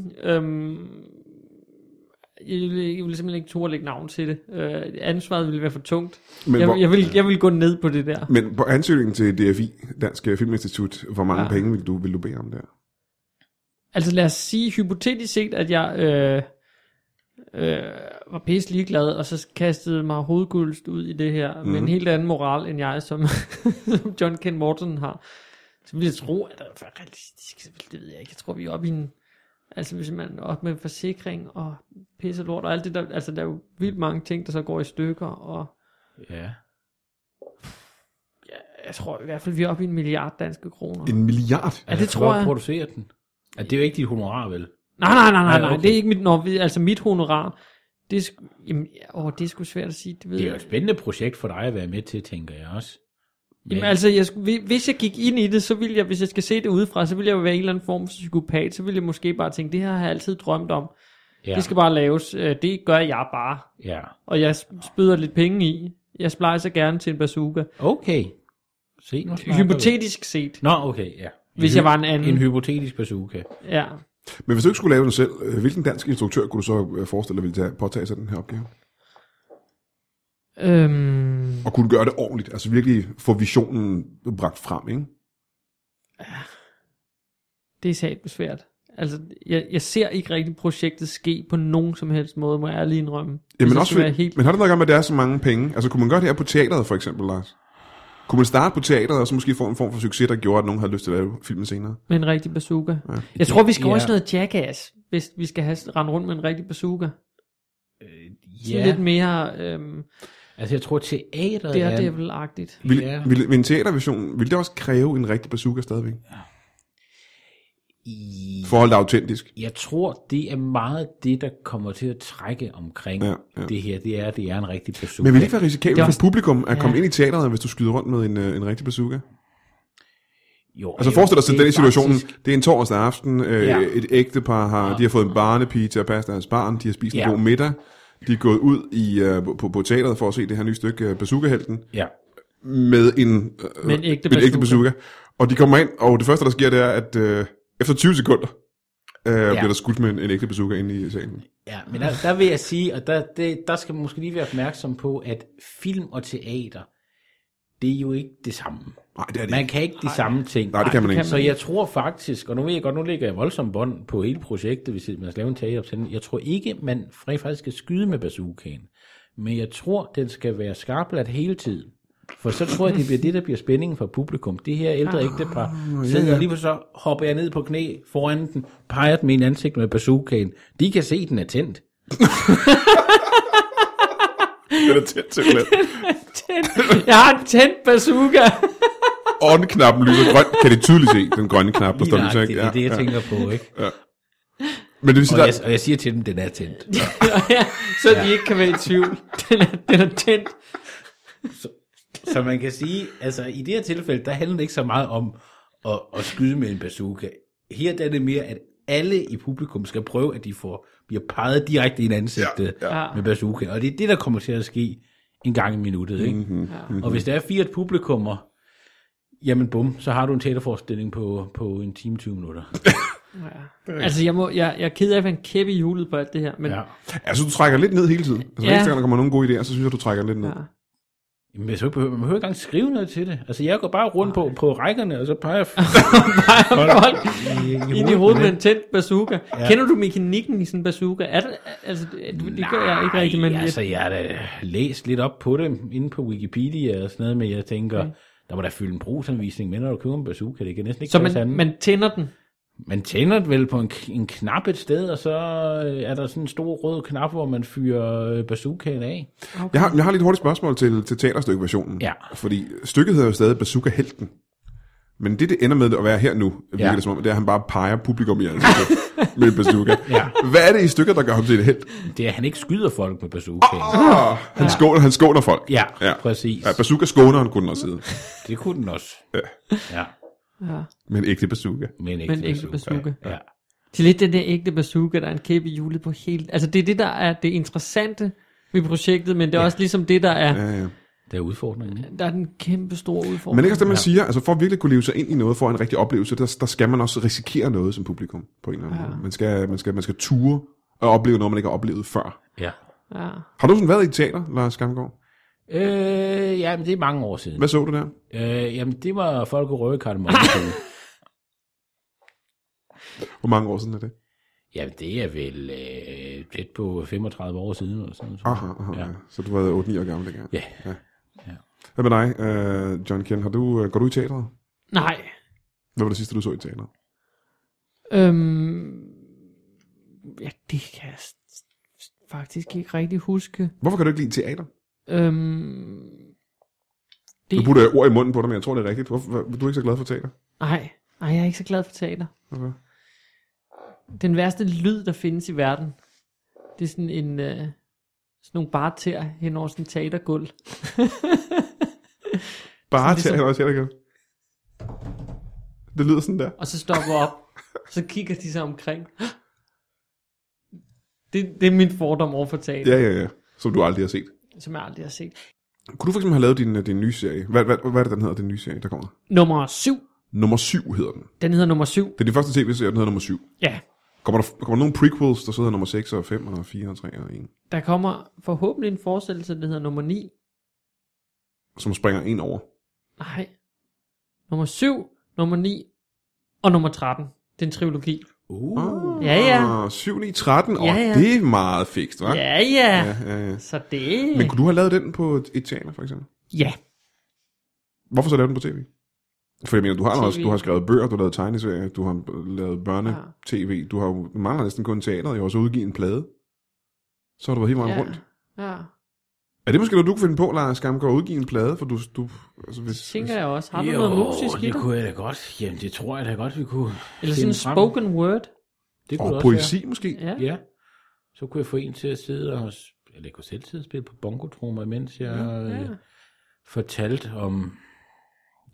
Jeg vil simpelthen ikke turde lægge navn til det. Ansvaret ville være for tungt. Men jeg vil gå ned på det der. Men på ansøgningen til DFI, Dansk Filminstitut, hvor mange penge vil du bede om der? Altså lad os sige hypotetisk set, at jeg var pisse ligeglad, og så kastede mig hovedgulst ud i det her, med en helt anden moral, end jeg, som John Ken Morton har. Så vil jeg tro, at det er realistisk, det ved jeg ikke. Jeg tror, vi er oppe i en, altså hvis man er oppe med forsikring, og pisse lort, og alt det der, altså der er jo vildt mange ting, der så går i stykker, og Ja. jeg tror i hvert fald, vi er oppe i 1 milliard danske kroner. 1 milliard? Ja, det tror jeg. Producerer den. Det er jo ikke dit honorar, vel? Nej, okay. det er ikke mit honorar. Det er, det er sgu svært at sige, det ved Det er jo jeg. et spændende projekt for dig at være med til, tænker jeg også. Jamen altså, hvis jeg gik ind i det, så ville jeg, hvis jeg skal se det udefra, så ville jeg jo være en eller anden form for psykopat, så ville jeg måske bare tænke, det her har jeg altid drømt om. Ja. Det skal bare laves, det gør jeg bare. Ja. Og jeg spyder lidt penge i. Jeg splicer gerne til en bazooka. Okay. Se nu snakker Hypotetisk set, Nå, okay, ja. hvis jeg var en anden. En hypotetisk bazooka. Ja. Men hvis du ikke skulle lave den selv, hvilken dansk instruktør kunne du så forestille dig ville påtage sig den her opgave? Og kunne du gøre det ordentligt? Altså virkelig få visionen bragt frem, ikke? Det er satme svært. Altså, jeg ser ikke rigtig projektet ske på nogen som helst måde, må jeg ærligt indrømme. Jamen også, men har det noget at gøre med, at det er så mange penge? Altså kunne man gøre det her på teateret for eksempel, Lars? Kunne man starte på teateret, og så måske få en form for succes, der gjorde, at nogen havde lyst til at lave filmen senere? Med en rigtig bazooka. Ja. Jeg tror, vi skal også noget Jackass, hvis vi skal rende rundt med en rigtig bazooka. Ja. Lidt mere Altså jeg tror, teateret er... Daredevil-agtigt. Vil en teaterversion, vil det også kræve en rigtig bazooka stadigvæk? For at holde det autentisk. Jeg tror, det er meget det, der kommer til at trække omkring det her. Det er en rigtig bazooka. Men vil det ikke være risikabelt for publikum at komme ind i teateret, hvis du skyder rundt med en rigtig bazooka? Jo, Altså forestil dig sig det er den situation, faktisk- det er en torsdag aften, Ja. et ægtepar de har fået en barnepige til at passe deres barn, de har spist en god middag, de er gået ud på teateret for at se det her nye stykke Bazooka-helten, Ja. med en ægte bazooka. Og de kommer ind, og det første, der sker, det er, at efter 20 sekunder bliver der skudt med en ægte bazooka inde i salen. Ja, men der vil jeg sige, og der skal man måske lige være opmærksom på, at film og teater, det er jo ikke det samme. Nej, det er det Man ikke. kan ikke de samme ting. Nej, det kan man ikke. Så jeg tror faktisk, og nu ved jeg godt, nu ligger jeg voldsomt bånd på hele projektet, hvis man skal lave en teateropsætning. Jeg tror ikke, man faktisk skal skyde med bazookaen. Men jeg tror, den skal være skarpladt hele tiden. For så tror jeg, det bliver det, der bliver spændingen for publikum. Det her ældre ægtepar sidder lige så hopper jeg ned på knæ foran den, peger den med en ansigt med bazookaen. De kan se, den er tændt. Den er tændt simpelthen. Jeg har en tændt bazooka. On-knappen lyser grøn. Kan de tydeligt se den grønne knap, der står lyser, ikke? Det er det, jeg tænker på, ikke? Men det vil sige, Og jeg siger til dem, den er tændt. Så de ikke kan være i tvivl. Den er tændt. Så man kan sige, altså i det her tilfælde, der handler det ikke så meget om at skyde med en bazooka. Her der er det mere, at alle i publikum skal prøve, at de bliver peget direkte i ansigtet med bazooka. Og det er det, der kommer til at ske en gang i minuttet. Ikke? Mm-hmm. Og hvis der er 4 publikummer, jamen bum, så har du en teaterforestilling på en time 20 minutter. Altså jeg er ked af at være en kæppe i hjulet på alt det her. Men Altså du trækker lidt ned hele tiden. Altså hver gang der kommer nogle gode idéer, så synes jeg, du trækker lidt ned. Jamen, man behøver ikke engang skrive noget til det. Altså, jeg går bare rundt på rækkerne, og så peger folk ind i hovedet med en tændt bazooka. Ja. Kender du mekanikken i sådan en bazooka? Er det, altså, det gør jeg ikke rigtig, men altså, jeg har da læst lidt op på det, inde på Wikipedia og sådan noget, men jeg tænker, der må da fylde en brugsanvisning med, når du køber en bazooka. Det kan næsten ikke så man tænder den? Man tænder det vel på en knap et sted, og så er der sådan en stor rød knap, hvor man fyrer bazookaen af. Okay. Jeg har lidt hurtigt spørgsmål til teaterstykversionen. Ja. Fordi stykket hedder jo stadig Bazooka-helten. Men det ender med at være her nu, virker det som om, det er, at han bare peger publikum i ansigtet med en bazooka. Ja. Hvad er det i stykket, der gør ham til et helt? Det er, at han ikke skyder folk med bazookaen. Han skåner folk. Ja, præcis. Ja, bazooka skåner, han kunne også sidde. Det kunne den også. Ja. Med en ægte bazooka. Med en ægte bazooka. Ja. Det er lidt den der ægte bazooka, der er en kæppe i hjulet på helt. Altså det er det, der er det interessante ved projektet, men det er også ligesom det, der er... Ja. Det er udfordringen. Der er den kæmpe store udfordring. Men ikke også det, man siger, altså for at virkelig kunne leve sig ind i noget, for en rigtig oplevelse, der skal man også risikere noget som publikum, på en eller anden måde. Man skal ture og opleve noget, man ikke har oplevet før. Ja. Har du sådan været i teater, Lars Skamgaard? Jamen, det er mange år siden. Hvad så du der? Jamen, det var Folk og Røde Kardemomme. Hvor mange år siden er det? Jamen, det er vel tæt på 35 år siden. Eller sådan, Aha. Ja. Så du var 8-9 år gammel dengang? Ja. Hvad med dig, John Ken? Går du i teateret? Nej. Hvad var det sidste, du så i teateret? Ja, det kan jeg faktisk ikke rigtig huske. Hvorfor kan du ikke lide teater? Det... Nu putter jeg ord i munden på dig, men jeg tror, det er rigtigt. Hvorfor, du er ikke så glad for teater? Nej, jeg er ikke så glad for teater. Okay. Den værste lyd, der findes i verden, det er sådan en... sådan nogle barter hen over sådan en teatergulv. Barter hen over teatergulv? Det lyder sådan der. Og så stopper op, så kigger de sig omkring. Det er min fordom over for teater. Ja. Som du aldrig har set. Som jeg aldrig har set. Kunne du for eksempel have lavet din nye serie? Hvad er det, den hedder, den nye serie, der kommer? Nummer 7. Nummer 7 hedder den. Den hedder Nummer 7. Det er de første tv-serier, den hedder Nummer 7. Ja. Kommer der nogle prequels, der så hedder Nummer 6 og 5 og 4 og 3 og 1? Der kommer forhåbentlig en fortsættelse, der hedder Nummer 9. Som springer en over? Nej. Nummer 7, Nummer 9 og Nummer 13. Det er en trilogi. Ja. 7, 9, 13. Ja. Det er meget fikst, hva'? Ja. Så det... Men kunne du have lavet den på et teater, for eksempel? Ja. Hvorfor så lave den på tv? For jeg mener, du har skrevet bøger, du har lavet tegneserier, du har lavet børne-tv, du mangler næsten kun teateret, jeg har også udgivet en plade. Så har du været helt meget rundt. Ja. Er det måske noget, du kunne finde på, Lars Skamgaard, at udgive en plade? For du altså, det tænker jeg også. Har du noget musisk i det? Det kunne jeg da godt. Jamen, det tror jeg da godt, vi kunne. Eller sådan en spoken word. Det kunne poesi være. Måske? Ja. Så kunne jeg få en til at sidde og... Eller jeg kunne selv sidde og spille på bongotrommer, mens jeg fortalte om...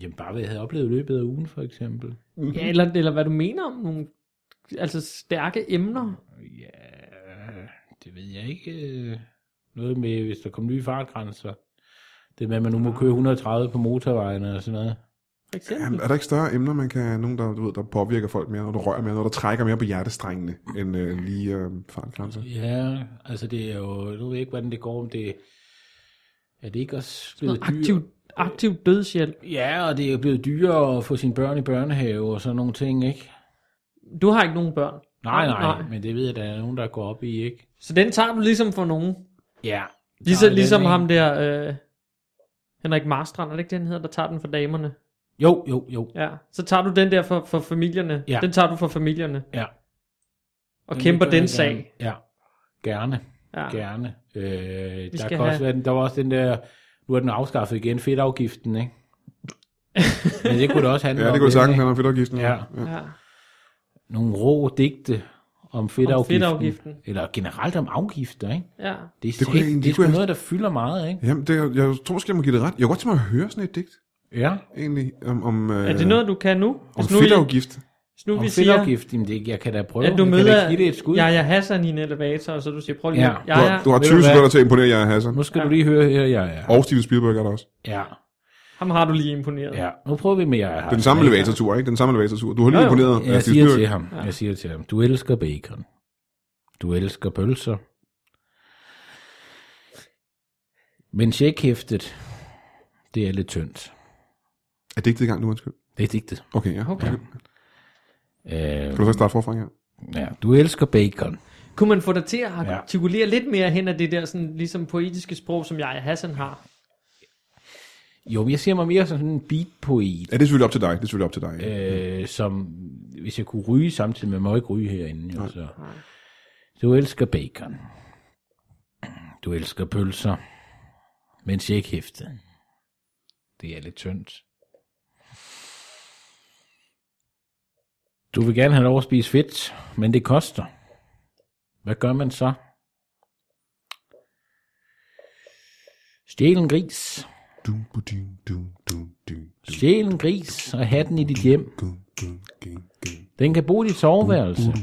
Jamen bare hvad jeg havde oplevet i løbet af ugen, for eksempel. Ja, eller hvad du mener om nogle altså stærke emner. Ja, det ved jeg ikke. Noget med, hvis der kommer nye fartgrænser. Det med, at man nu må køre 130 på motorvejen og sådan noget. For eksempel. Jamen, er der ikke større emner, man kan, nogen der påvirker folk mere, når du rører mere, når der trækker mere på hjertestrengene, end lige fartgrænser? Ja, altså det er jo, nu ved jeg ikke, hvordan det går, om det er det ikke også blevet Aktiv dødshjælp. Ja, og det er blevet dyrere at få sine børn i børnehave og sådan nogle ting, ikke? Du har ikke nogen børn. Nej, men det ved jeg, der er nogen, der går op i, ikke? Så den tager du ligesom for nogen. Ja. Ligesom ham der, Henrik Marstrand, er det ikke den hedder, der tager den for damerne? Jo. Ja, så tager du den der for familierne. Ja. Den tager du for familierne. Ja. Og kæmper den sag. Ja, gerne. Ja. Gerne. Der var også den der, nu er den afskaffet igen, fedtafgiften, ikke? Men det kunne det også handle om. Ja, det kunne sagtens handle om fedtafgiften. Ja. Nogle rå digte om fedtafgiften. Eller generelt om afgifter, ikke? Ja. Det er sgu noget, der fylder meget, ikke? Jamen, jeg tror måske, jeg må give det ret. Jeg kunne godt tænke mig at høre sådan et digt. Ja. Egentlig. Er det noget, du kan nu? Om fedtafgift. Om fedtafgift, jeg kan da prøve. At du møder Jaja Hassan i en elevator, og så du siger, prøv lige. Ja. Du har 20 sekunder til at imponere Jaja Hassan. Nu skal du lige høre her, Jaja. Og Steven Spielberg er der også. Ja. Ham har du lige imponeret. Ja, nu prøver vi med Jaja Hassan. Den samme elevatortur, ikke? Den samme elevatortur. Du har lige imponeret. Jeg siger til ham, du elsker bacon. Du elsker pølser. Men checkhæftet, det er lidt tyndt. Er digtet i gang nu, undskyld? Det er digtet. Okay, ja. Okay. Kan du så starte forfra her? Ja, du elsker bacon. Kunne man få dig til at artikulere lidt mere hen af det der sådan, ligesom poetiske sprog, som Jaja Hassan har? Jo, men jeg ser mig mere som sådan en beat-poet. Ja, det er selvfølgelig op til dig. Som, hvis jeg kunne ryge samtidig, men jeg må ikke ryge herinde. Jo, så. Du elsker bacon. Du elsker pølser. Men checkhæftet, det er lidt tyndt. Du vil gerne have lov at spise fedt, men det koster. Hvad gør man så? Stjæl en gris. Stjæl en gris og have den i dit hjem. Den kan bo i dit soveværelse.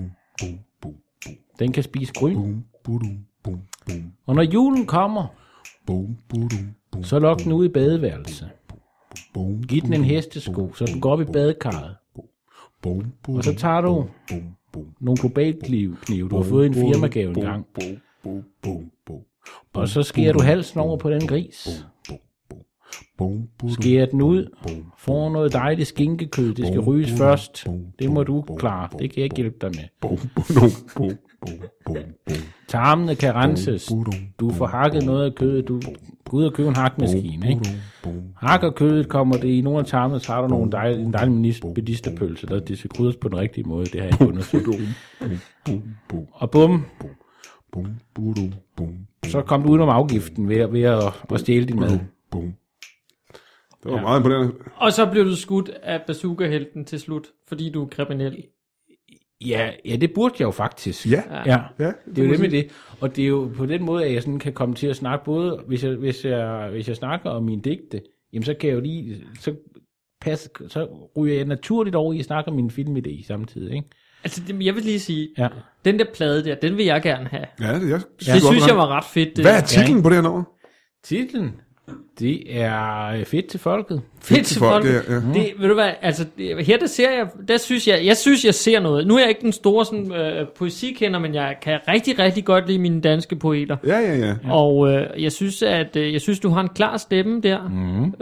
Den kan spise gryn. Og når julen kommer, så lok den ud i badeværelse. Giv den en hestesko, så den går op i badekarret. Og så tager du nogle globalknive, du har fået i en firmagave en gang. Og så skærer du halsen over på den gris. Skærer den ud. Får noget dejligt skinkekød. Det skal ryges først. Det må du klare. Det kan jeg ikke hjælpe dig med. Tarmene kan renses. Du får hakket noget af kødet. Du går ud og køber en hakmaskine, ikke? Hakker kødet, kommer det i nogle af tarmene, så har du en dejlig medisterpølse, der det skal krydres på den rigtige måde. Det har jeg ikke undersøgt. Og bum. Så kom du udenom afgiften ved at stjæle din mad. Det var meget imponerende. Og så blev du skudt af bazooka-helten til slut, fordi du er kriminel. Ja, det burde jeg jo faktisk. Ja. Det er jo det med det. Og det er jo på den måde, at jeg sådan kan komme til at snakke både, hvis jeg snakker om mine digte, jamen så kan jeg jo lige, så ryger jeg naturligt over i at snakke om min filmidé samtidig, ikke? Altså, jeg vil lige sige, den der plade der, den vil jeg gerne have. Ja, det synes jeg var ret fedt. Hvad er titlen på det her nummer? Titlen? Det er fedt til folket. Fedt til folket. Ja. Det, ved du hvad, altså her der ser jeg synes jeg ser noget. Nu er jeg ikke den store sådan poesikender, men jeg kan rigtig rigtig godt lide mine danske poeter. Ja. Og jeg synes du har en klar stemme der.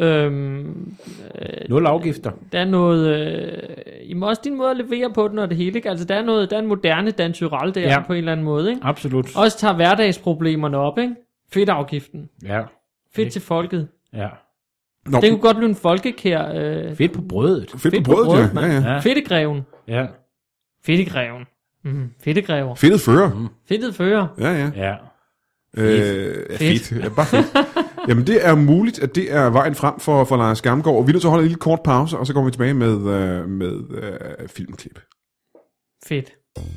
Nul afgifter. Der er noget også din måde at levere på den og det hele, ikke? Altså der er en moderne Dan Tyrell der på en eller anden måde, ikke? Absolut. Også tager hverdagsproblemerne op, ikke? Fedtafgiften. Ja. Fedt til folket. Ja. Det kunne godt blive en folkekær. Fedt på brødet. Fedt på brødet, ja. Fedtegreven. Ja. Fedtegreven. Fedtegrever. Fedtet fører. Fedtet fører. Ja. Fedt. Ja, bare fedt. Jamen det er muligt, at det er vejen frem for Lars Gamgaard. Vi er nødt til at holde en lille kort pause, og så kommer vi tilbage med filmklip. Fedt.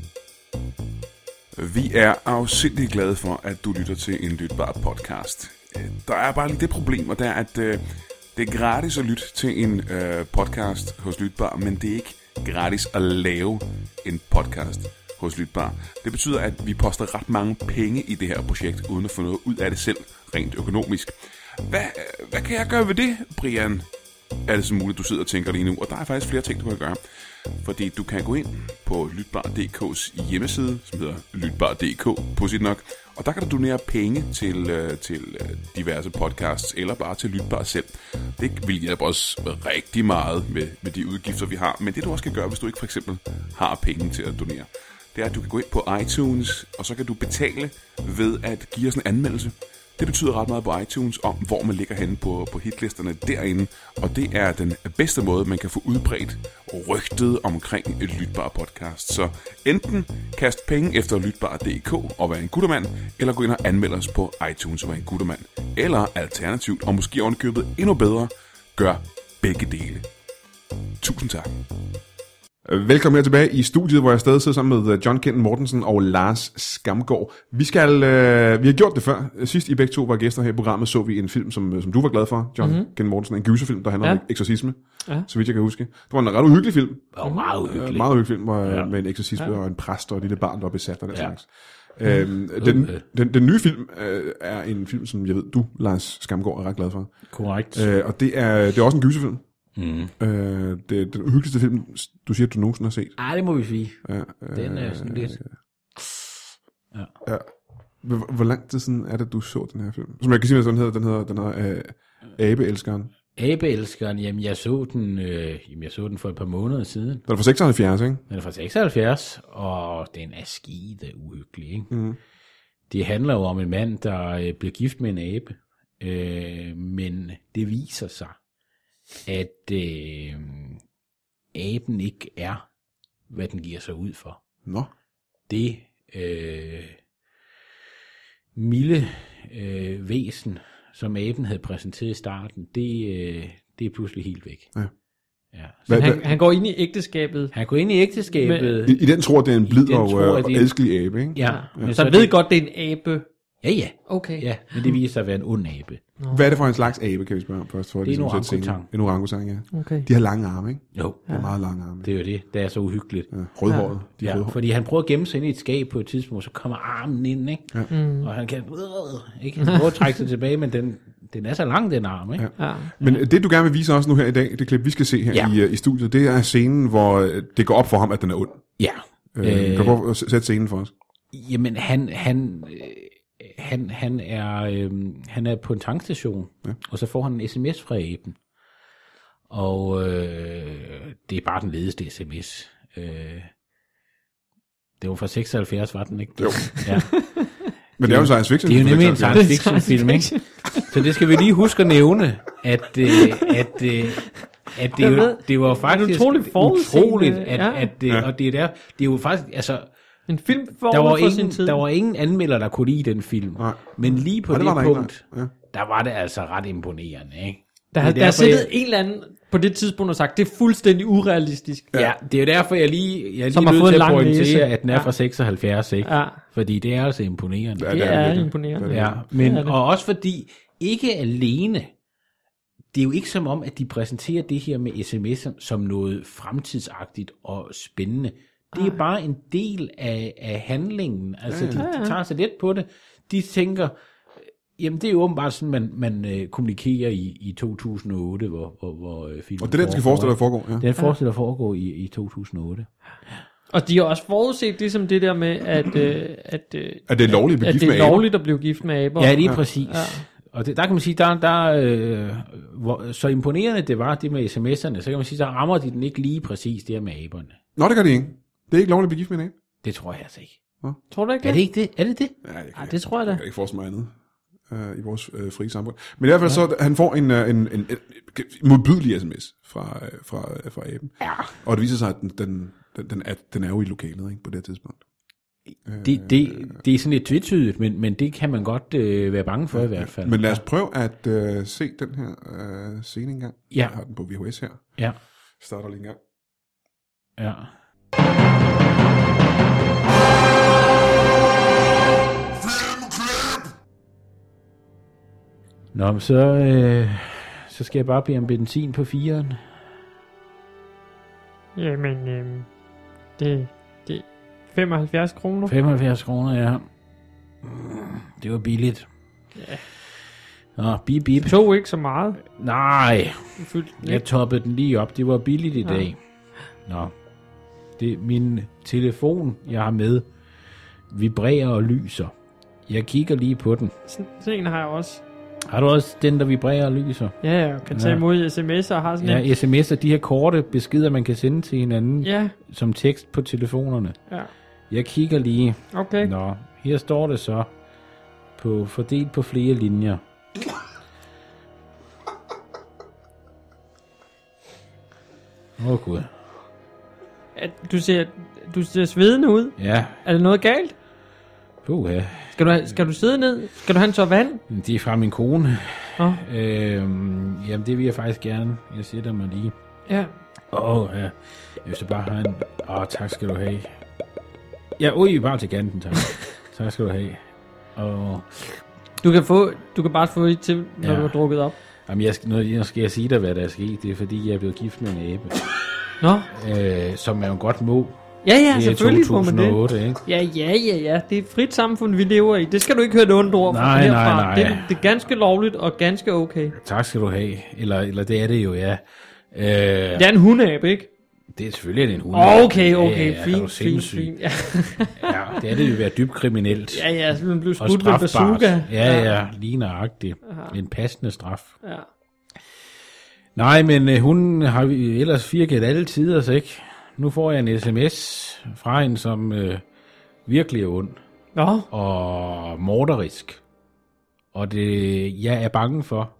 Vi er afsindig glade for, at du lytter til en lytbar podcast. Der er bare lige det problem, og det er, at Det er gratis at lytte til en podcast hos Lytbar, men det er ikke gratis at lave en podcast hos Lytbar. Det betyder, at vi poster ret mange penge i det her projekt, uden at få noget ud af det selv, rent økonomisk. Hvad kan jeg gøre ved det, Brian? Er det så muligt, du sidder og tænker lige nu? Og der er faktisk flere ting, du kan gøre. Fordi du kan gå ind på Lytbar.dk's hjemmeside, som hedder Lytbar.dk, pudsigt nok. Og der kan du donere penge til diverse podcasts, eller bare til Lytbar selv. Det vil hjælpe os rigtig meget med de udgifter, vi har. Men det du også kan gøre, hvis du ikke for eksempel har penge til at donere, det er, at du kan gå ind på iTunes, og så kan du betale ved at give os en anmeldelse. Det betyder ret meget på iTunes om, hvor man ligger henne på hitlisterne derinde, og det er den bedste måde, man kan få udbredt rygtet omkring et Lytbar podcast. Så enten kast penge efter Lytbar.dk og vær en guttermand, eller gå ind og anmelde os på iTunes og vær en guttermand. Eller alternativt, og måske ovenikøbet endnu bedre, gør begge dele. Tusind tak. Velkommen her tilbage i studiet, hvor jeg stadig sidder sammen med John Kent Mortensen og Lars Skamgaard. Vi har gjort det før. Sidst I begge to var gæster her i programmet, så vi en film, som du var glad for, John Kent Mortensen. En gyserfilm, der handler om eksorcisme, så vidt jeg kan huske. Det var en ret uhyggelig film. Meget uhyggelig. Meget uhyggelig film, med en eksorcisme og en præst og et lille barn, der var besat og den slags. Den nye film er en film, som jeg ved, du, Lars Skamgaard, er ret glad for. Korrekt. Og det er også en gyserfilm. Det er den uhyggeligste film, du siger, du nogensinde har set. Ej, det må vi sige. Den er sådan lidt... Ja. Hvor lang tid siden er det, du så den her film? Som jeg kan sige, hvad den hedder Abeelskeren. Abeelskeren, jamen jeg så den for et par måneder siden. Den er fra 76, ikke? Den er fra 76, og den er skide uhyggelig, ikke? Det handler jo om en mand, der bliver gift med en abe, men det viser sig, at aben ikke er, hvad den giver sig ud for. Nå. Det milde væsen, som aben havde præsenteret i starten, det er pludselig helt væk. Ja. Så han går ind i ægteskabet. Han går ind i ægteskabet. I den tror, det er en blid og elskelig abe, ikke? Ja. Men så ved godt, det er en abe. Ja. Okay. Ja, men det viser sig at være en ond abe. Hvad er det for en slags abe, kan vi spørge om først? Det er en orangutang. En orangutang, ja. Okay. De har lange arme, ikke? Jo. De har meget lange arme. Det er jo det. Det er så uhyggeligt. Ja. Rødhåret. Ja, fordi han prøver at gemme sig ind i et skab på et tidspunkt, så kommer armen ind, ikke? Ja. Og han kan ikke prøve at trække sig tilbage, men den er så lang, den arm, ikke? Ja. Men det, du gerne vil vise os nu her i dag, det klip, vi skal se her i studiet, det er scenen, hvor det går op for ham, at den er ond. Ja. Kan du prøve at sætte scenen for os? Jamen, han er på en tankstation, og så får han en sms fra aben. Og det er bare den ledeste sms. Det var fra 76, var den ikke? Jo. Ja. Men det er jo en science fiction. Det er jo nemlig en science fiction film, ikke? Så det skal vi lige huske at nævne, at det var faktisk utroligt, og det er jo faktisk, altså... En film forud for sin tid. Der var ingen anmelder, der kunne lide den film. Nej. Men lige på det punkt, der var det altså ret imponerende, ikke? Der er siddet en eller anden på det tidspunkt og sagt, det er fuldstændig urealistisk. Ja, det er jo derfor, jeg lige nødt til at pointere, at den er fra 76, ikke? Ja. Fordi det er altså imponerende. Det er imponerende. Ja, men, og også fordi, ikke alene, det er jo ikke som om, at de præsenterer det her med sms'er som noget fremtidsagtigt og spændende. Det er bare en del af handlingen. Altså, de tager sig let på det. De tænker, jamen det er jo åbenbart sådan, man kommunikerer i 2008, hvor filmen og det er den, skal forestille at foregå. Ja. Den forestiller at foregå i 2008. Og de har også forudset det som det der med, at det er lovligt at blive gift med aber. Det er lovligt at blive gift med aber. Ja, det er præcis. Ja. Og der kan man sige, så imponerende det var, det med sms'erne, så kan man sige, der rammer de den ikke lige præcis, det her med aberne. Nå, det gør de ikke. Det er ikke lovligt at blive gift med en abe. Det tror jeg altså ikke. Tror du ikke det? Er det ikke det? Er det det? Ja, det tror jeg da. Jeg kan ikke forestille mig andet i vores frie samfund. Men i hvert fald så, han får en modbydelig sms fra aben. Ja. Og det viser sig, at den er jo i lokalet, ikke, på det tidspunkt. Det er sådan lidt tvetydigt, men det kan man godt være bange for i hvert fald. Men lad os prøve at se den her scene engang. Ja. Jeg har den på VHS her. Ja. Starter lige en gang. Ja. Nå, så så skal jeg bare bede om benzin på 4'eren. Jamen, det 75 kroner. 75 kroner, ja. Det var billigt. Ja. Nå, bip. Tog ikke så meget. Nej, Fyldt jeg lidt. toppede den lige op. Det var billigt i dag. Nå. Det min telefon, jeg har med, vibrerer og lyser. Jeg kigger lige på den. Sådan en har jeg også. Har du også den, der vibrerer og lyser? Ja, jeg kan tage imod sms'er og har sådan en. Ja, sms'er, de her korte beskeder, man kan sende til hinanden Ja, som tekst på telefonerne. ja. Jeg kigger lige. Okay. Nå, her står det så fordelt på flere linjer. Gud. Du ser svedende ud. Ja, Er det noget galt? puha. Skal du sidde ned? Skal du have en tår vand? Det er fra min kone. Nå. Jamen, det vil jeg faktisk gerne. Jeg sætter mig lige. Ja. Ja. Jeg vil så bare have en... tak skal du have. Ja, bare til kanten, tak. Tak skal du have. Du kan bare få et til, når du har drukket op. Jamen, nu skal jeg sige dig, hvad der er sket. Det er, fordi jeg er blevet gift med en abe. Nå. Som man jo godt må. Ja, Det er selvfølgelig må man det. 2008, ikke? Ja. Det er et frit samfund, vi lever i. Det skal du ikke høre et ondt ord fra Nej, herfra. nej. Det er ganske lovligt og ganske okay. Tak skal du have. Eller det er det jo, ja. Det er en hundeabe, ikke? Det er selvfølgelig en hund. Okay, Ja, fint. Ja. Ja, det er det jo være dybt kriminelt. Ja, så man blev Og skudt med strafbart. bazooka. Ja, lige nøjagtigt. En passende straf. Ja. Nej, men hun har ellers firket alle tider, så ikke? Nu får jeg en sms fra hende, som virkelig er ond. Nå, Og morderisk. Og det, jeg er bange for,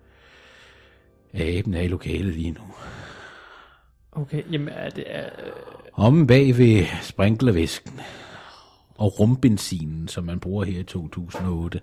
at aben er i lokalet lige nu. okay. Jamen, er det... Omme bag ved sprinklervæsken og rumbenzinen, som man bruger her i 2008.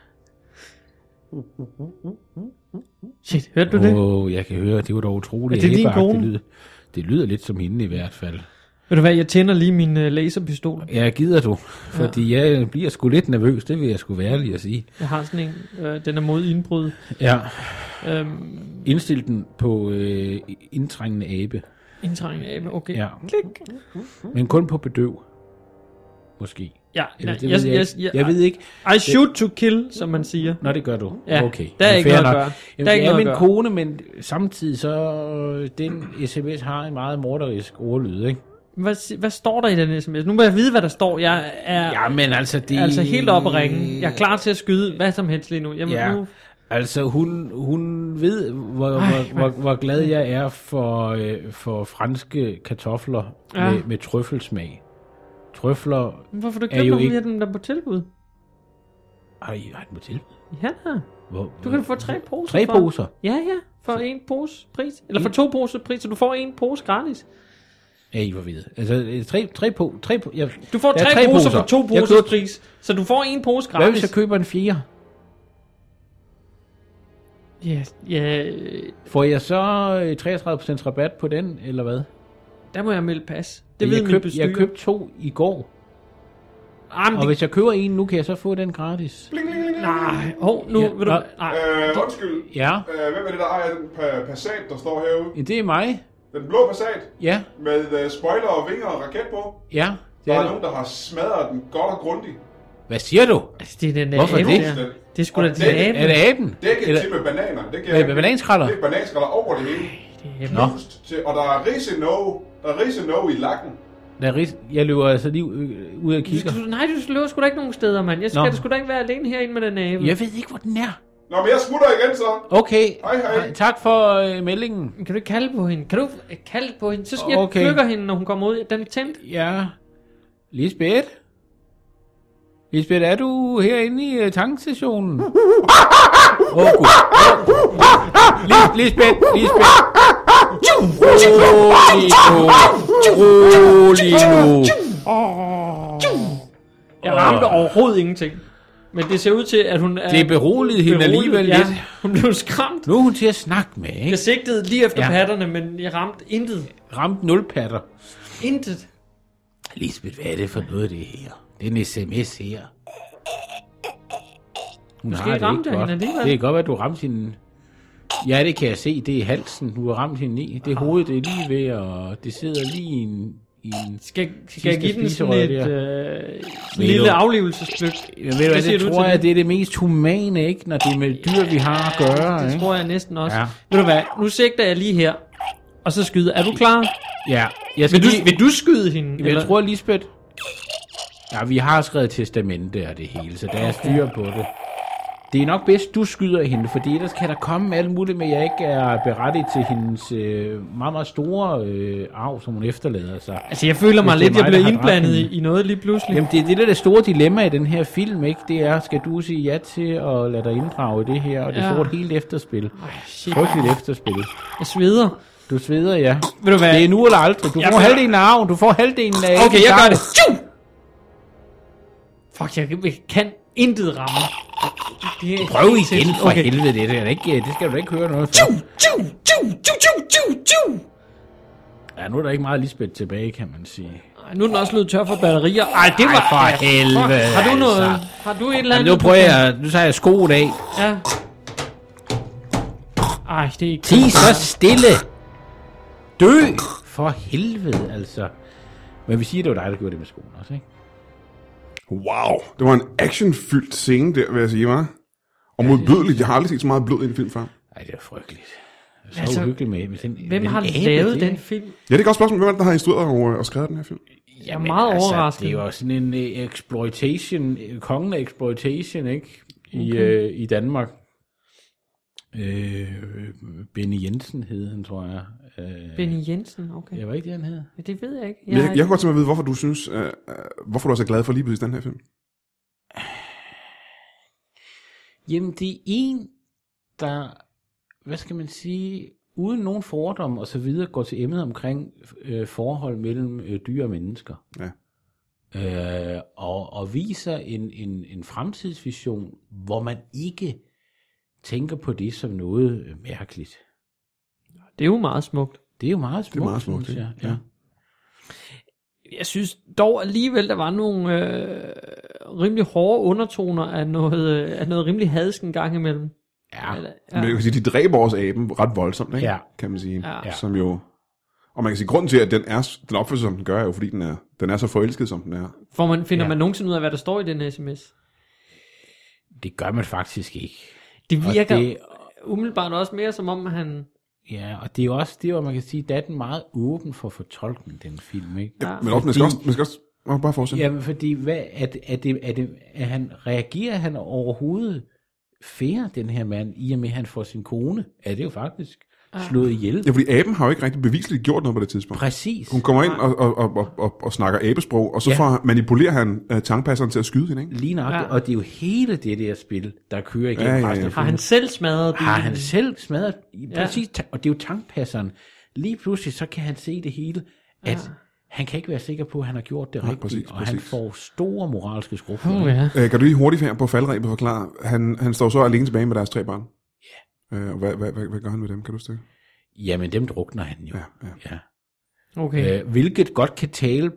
Shit, hørte du det? Jeg kan høre, det var dog utroligt. Er det din abeagtigt kone? lyd. Det lyder lidt som hende i hvert fald. Ved du hvad, jeg tænder lige min laserpistol. Ja, gider du? Fordi jeg bliver sgu lidt nervøs, det vil jeg sgu være ærlig at sige. Jeg har sådan en, den er mod indbrud. Ja, Øhm, indstil den på indtrængende abe. indtrængende abe, okay. Ja. Klik. Men kun på bedøv. Måske. Ja, Eller, nej, det ved jeg ikke. Jeg ved ikke. I shoot to kill, som man siger. Nå, det gør du. Ja, Okay. der er Men ikke fair noget at nok. gøre. Jamen, Der er ikke det er noget min at gøre. kone, men samtidig så den sms har en meget morderisk ordlyd, ikke? Hvad står der i den sms? Nu må jeg vide, hvad der står. Jeg er Ja, men altså det... altså helt oppe at ringe. Jeg er klar til at skyde hvad som helst lige nu. Jamen, Ja. nu Altså hun ved, hvor glad jeg er for franske kartofler med trøffelsmag. Trøfler hvorfor du er købt jo nogle ikke... af dem, der er på tilbud? Har den på tilbud? Ja, du kan få 3 poser. 3 poser? Ja, for 1 pose pris. Eller for 2 poser pris, så du får 1 pose gratis. Ej, hvor ved. Altså 3 på... Du får 3 poser for 2 poser pris, så du får 1 pose gratis. Hvad hvis jeg køber en 4? Ja, Får jeg så 33% rabat på den, eller hvad? der må jeg melde pas. Det ved min bestyrer. Jeg købte 2 i går. Og hvis jeg køber en nu, kan jeg så få den gratis? Nej, nu Ja, vil du... Nej. Undskyld. Ja. Hvem er det, der ejer den Passat, der står herude? Det er mig. Den blå Passat Ja. med spoiler og vinger og raket på. Ja. Der er nogen, der har smadret den godt og grundigt. Hvad siger du? Altså, det er den Hvorfor abe det? der. Det er sgu da Og til det- aben. Er det aben? Dækket til med bananer. Med bananskralder? Det er bananskralder over det hele. Nå. Og der er Rise-No i lakken. Jeg løber altså lige ud og kigger. Du løber sgu da ikke nogen steder, mand. Jeg skal da sgu da ikke være alene herinde med den abe. Jeg ved ikke, hvor den er. Nå, men jeg smutter igen så. Okay. Hej. Tak for meldingen. Kan du ikke kalde på hende? Kan du kalde på hende? Så skal Okay. jeg plukke hende, når hun kommer ud. Den er tændt. Ja. Lisbeth? Lisbeth, er du herinde i tankstationen? Gud. Lisbeth. Rolig nu. Jeg ramte overhovedet ingenting. Men det ser ud til, at hun er... Det er beroliget hende alligevel ja. lidt. Hun blev skræmt. Nu er hun til at snakke med, ikke? Jeg sigtede lige efter Ja. patterne, men jeg ramte intet. Ramt 0 patter. Intet. Lisbeth, hvad er det for noget, det her? Det er en sms her. Hun Måske har det ramte ikke jeg godt. hende alligevel. Det kan godt være, at du ramte hende Ja, det kan jeg se. Det er halsen, du har ramt hende i. Det hovedet, det er lige ved, og det sidder lige i en Skal jeg give den sådan et lille aflevelsesstykke? Ved du hvad, det tror jeg, det er det mest humane, ikke? Når det er med dyr, vi har at gøre. Det tror jeg næsten også. Ja. Ved du hvad, nu sigter jeg lige her, og så skyder. Er du klar? Ja. Vil du skyde hende? Jeg tror, Lisbeth... Ja, vi har skrevet testamente og det hele, så der er styr på det. Det er nok bedst, du skyder hende, fordi ellers kan der komme alt muligt med, at jeg ikke er berettiget til hendes meget, meget store arv, som hun efterlader sig. Altså, jeg føler mig lidt, jeg bliver indblandet i noget lige pludselig. Jamen, det er det store dilemma i den her film, ikke? Det er, skal du sige ja til at lade dig inddrage i det her, og det får et helt efterspil. Frygteligt efterspil. Jeg sveder. Du sveder, ja. Ved du hvad? Det er nu eller aldrig. Du får halvdelen af arven, du får halvdelen af... Okay, jeg gør det. Fuck, jeg kan intet ramme. Prøv igen for helvede, det skal du ikke høre noget for. Ja, nu er der ikke meget Lisbeth tilbage, kan man sige. Ej, nu er den også løbet tør for batterier. Ej, det var for helvede. Har du noget? Altså. Har du et eller andet? Nu prøver jeg, nu tager jeg skoet af. Ja. Ej, det er ikke... Tig så stille. Dø for helvede, altså. Men vi siger, det var dig, der gjorde det med skoen også, ikke? Wow, det var en actionfyldt scene der, vil jeg sige, hva'? Og modbydeligt. Jeg har aldrig set så meget blod i en film før. Ej, det er frygteligt. Det er så altså, uhyggeligt med den. Hvem har lavet den film? Ja, det er et godt spørgsmål. Hvem er det, der har instrueret og skrevet den her film? Jeg er meget overrasket. Det er jo sådan en exploitation, kongen af exploitation, ikke? I Danmark. Benny Jensen hed han, tror jeg. Benny Jensen, okay. Jeg var ikke det, han hed. Ja, det ved jeg ikke. Jeg kunne godt tænke mig at vide, hvorfor du synes, hvorfor du er så glad for lige præcis den her film. Jamen, det er en, der, hvad skal man sige, uden nogen fordom og så videre, går til emnet omkring forhold mellem dyr og mennesker. Ja. Og viser en fremtidsvision, hvor man ikke tænker på det som noget mærkeligt. Det er jo meget smukt. Det er jo meget smukt, det er meget smukt, synes jeg. Ja. Jeg synes dog alligevel, der var nogle rimelig hårde undertoner af noget rimelig hadsk en gang imellem. Ja. Men jeg kan sige, de dræber også aben ret voldsomt, ikke? Ja. Kan man sige. Ja. Som jo... Og man kan sige, grunden til, at den opfører sig, som den gør, er jo fordi, den er så forelsket, som den er. Finder man nogensinde ud af, hvad der står i den sms? Det gør man faktisk ikke. Det virker umiddelbart også mere som om, han... Ja, og det er jo også det, hvor man kan sige, at er den meget åben for fortolkning, den film, ikke? Ja, men også, man skal også bare fortsætte. Ja, fordi hvad reagerer han overhovedet fair, den her mand, i og med, at han får sin kone? Er det jo faktisk slået ihjel? Ja, fordi aben har jo ikke rigtig bevisligt gjort noget på det tidspunkt. Præcis. Hun kommer ind og snakker abesprog, og så manipulerer han tangpasseren til at skyde hende, ikke? Lige nok, og det er jo hele det der spil, der kører igennem resten af filmen. Har han selv smadret bilen? Har han selv smadret? Præcis, og det er jo tankpasseren. Lige pludselig, så kan han se det hele, at han kan ikke være sikker på, at han har gjort det rigtigt, præcis. Han får store moralske skrubler. Kan du lige hurtigt her på faldrebet forklare, han står så alene tilbage med deres 3 børn? Ja. Hvad gør han med dem, kan du sige? Jamen, dem drukner han jo. Ja. Okay. Hvilket godt kan tale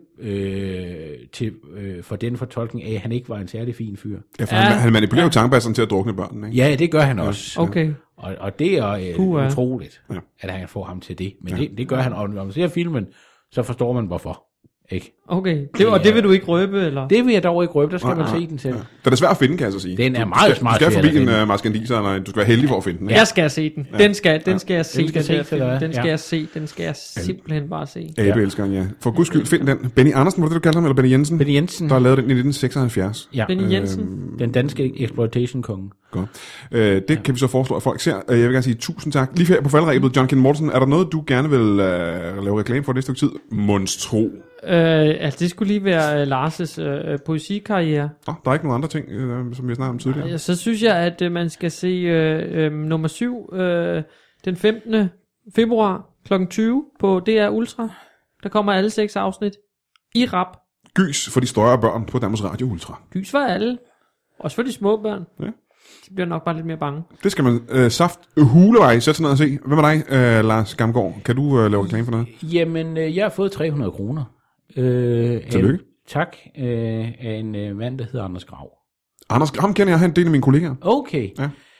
for den fortolkning af, at han ikke var en særlig fin fyr. Ja, for han manipulerer jo tankpasseren til at drukne børnene, ikke? Ja, det gør han også. Okay. Og det er utroligt, at han får ham til det. Men det gør han, og når man ser filmen, så forstår man hvorfor. Ikke? Okay, det vil du ikke røbe, eller? Det vil jeg dog ikke røbe, der skal man se den selv. Den er svær at finde, kan jeg så sige. Den er meget smart. Du skal forbi en maskandiser, eller du skal være heldig for at finde den. Ja. Jeg skal se den. Den skal jeg se. Den skal jeg simpelthen bare se. Abeelskeren, ja. For guds skyld, find den. Benny Andersen, var det du kaldte ham, eller Benny Jensen? Benny Jensen. Der lavede den i 1976. Ja. Benny Jensen. Den danske exploitation-konge. Godt. Det kan vi så foreslå, at folk ser. Jeg vil gerne sige tusind tak. Lige her på faldrebet, John Ken Mortensen, er der noget, du gerne vil lave reklame for det stykke tid? Monstro. Altså det skulle lige være Lars' poesikarriere. Der er ikke nogen andre ting, som vi snakker om tidligere. Så synes jeg, at man skal se nummer 7 den 15. februar kl. 20 på DR Ultra. Der kommer alle 6 afsnit i rap. Gys for de større børn på Danmarks Radio Ultra. Gys for alle. Også for de små børn. Ja. De bliver nok bare lidt mere bange. Det skal man hulevej sætte sig ned og se. Hvem er dig, Lars Gamgaard? Kan du lave reklame for noget? Jamen, jeg har fået 300 kroner. Tillykke. Tak. Af en mand, der hedder Anders Grav. Ham kender jeg, han er en del af mine kollegaer. Okay. Ja.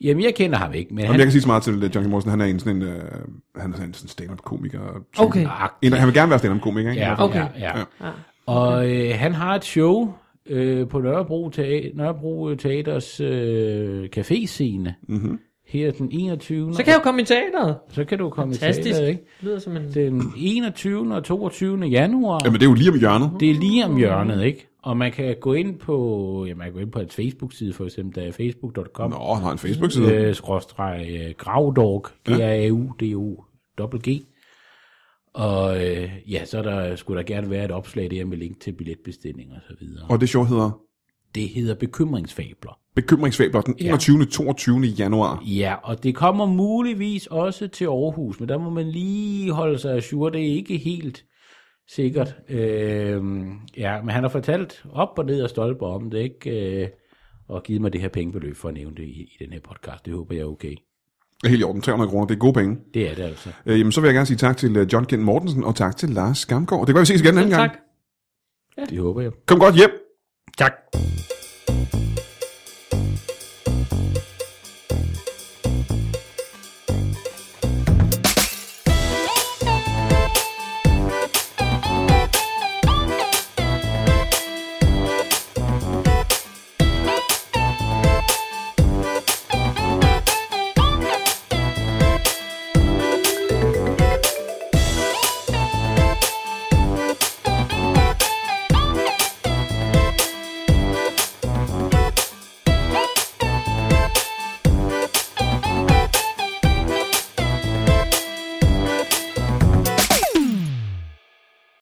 Jamen, jeg kender ham ikke, men Jeg kan sige så meget til Johnny Morrison, han er en sådan en, han er sådan en stand-up-komiker. Okay. Han vil gerne være stand-up-komiker, ikke? Ja, Okay. ja. Og han har et show på Nørrebro Teaters café-scene. Mm-hmm. Her den 21. Så kan jeg jo komme i teateret. Så kan du komme Fantastisk. i teateret, ikke? Det lyder som en... Den 21. og 22. januar. Jamen, det er jo lige om hjørnet. Det er lige om hjørnet, ikke? Og man kan gå ind på, et Facebook-side, for eksempel, der er facebook.com. Nå, han har en Facebook-side. /Gravdog, GRAUDOG. Og så skulle der gerne være et opslag der med link til billetbestilling og så videre. Og det show hedder? Det hedder Bekymringsfabler. Bekymringsfabler den 21. 22. januar. Ja, og det kommer muligvis også til Aarhus, men der må man lige holde sig ajour. Det er ikke helt sikkert. Men han har fortalt op og ned og stolper om det, ikke? Og givet mig det her pengebeløb for at nævne det i den her podcast. Det håber jeg er okay. Helt i orden, 300 kroner, det er gode penge. Det er det altså. Jamen, så vil jeg gerne sige tak til John Kent Mortensen, og tak til Lars Skamgaard. Det kan være, vi ses igen en anden gang. Tak. Det håber jeg. Kom godt hjem. Tak.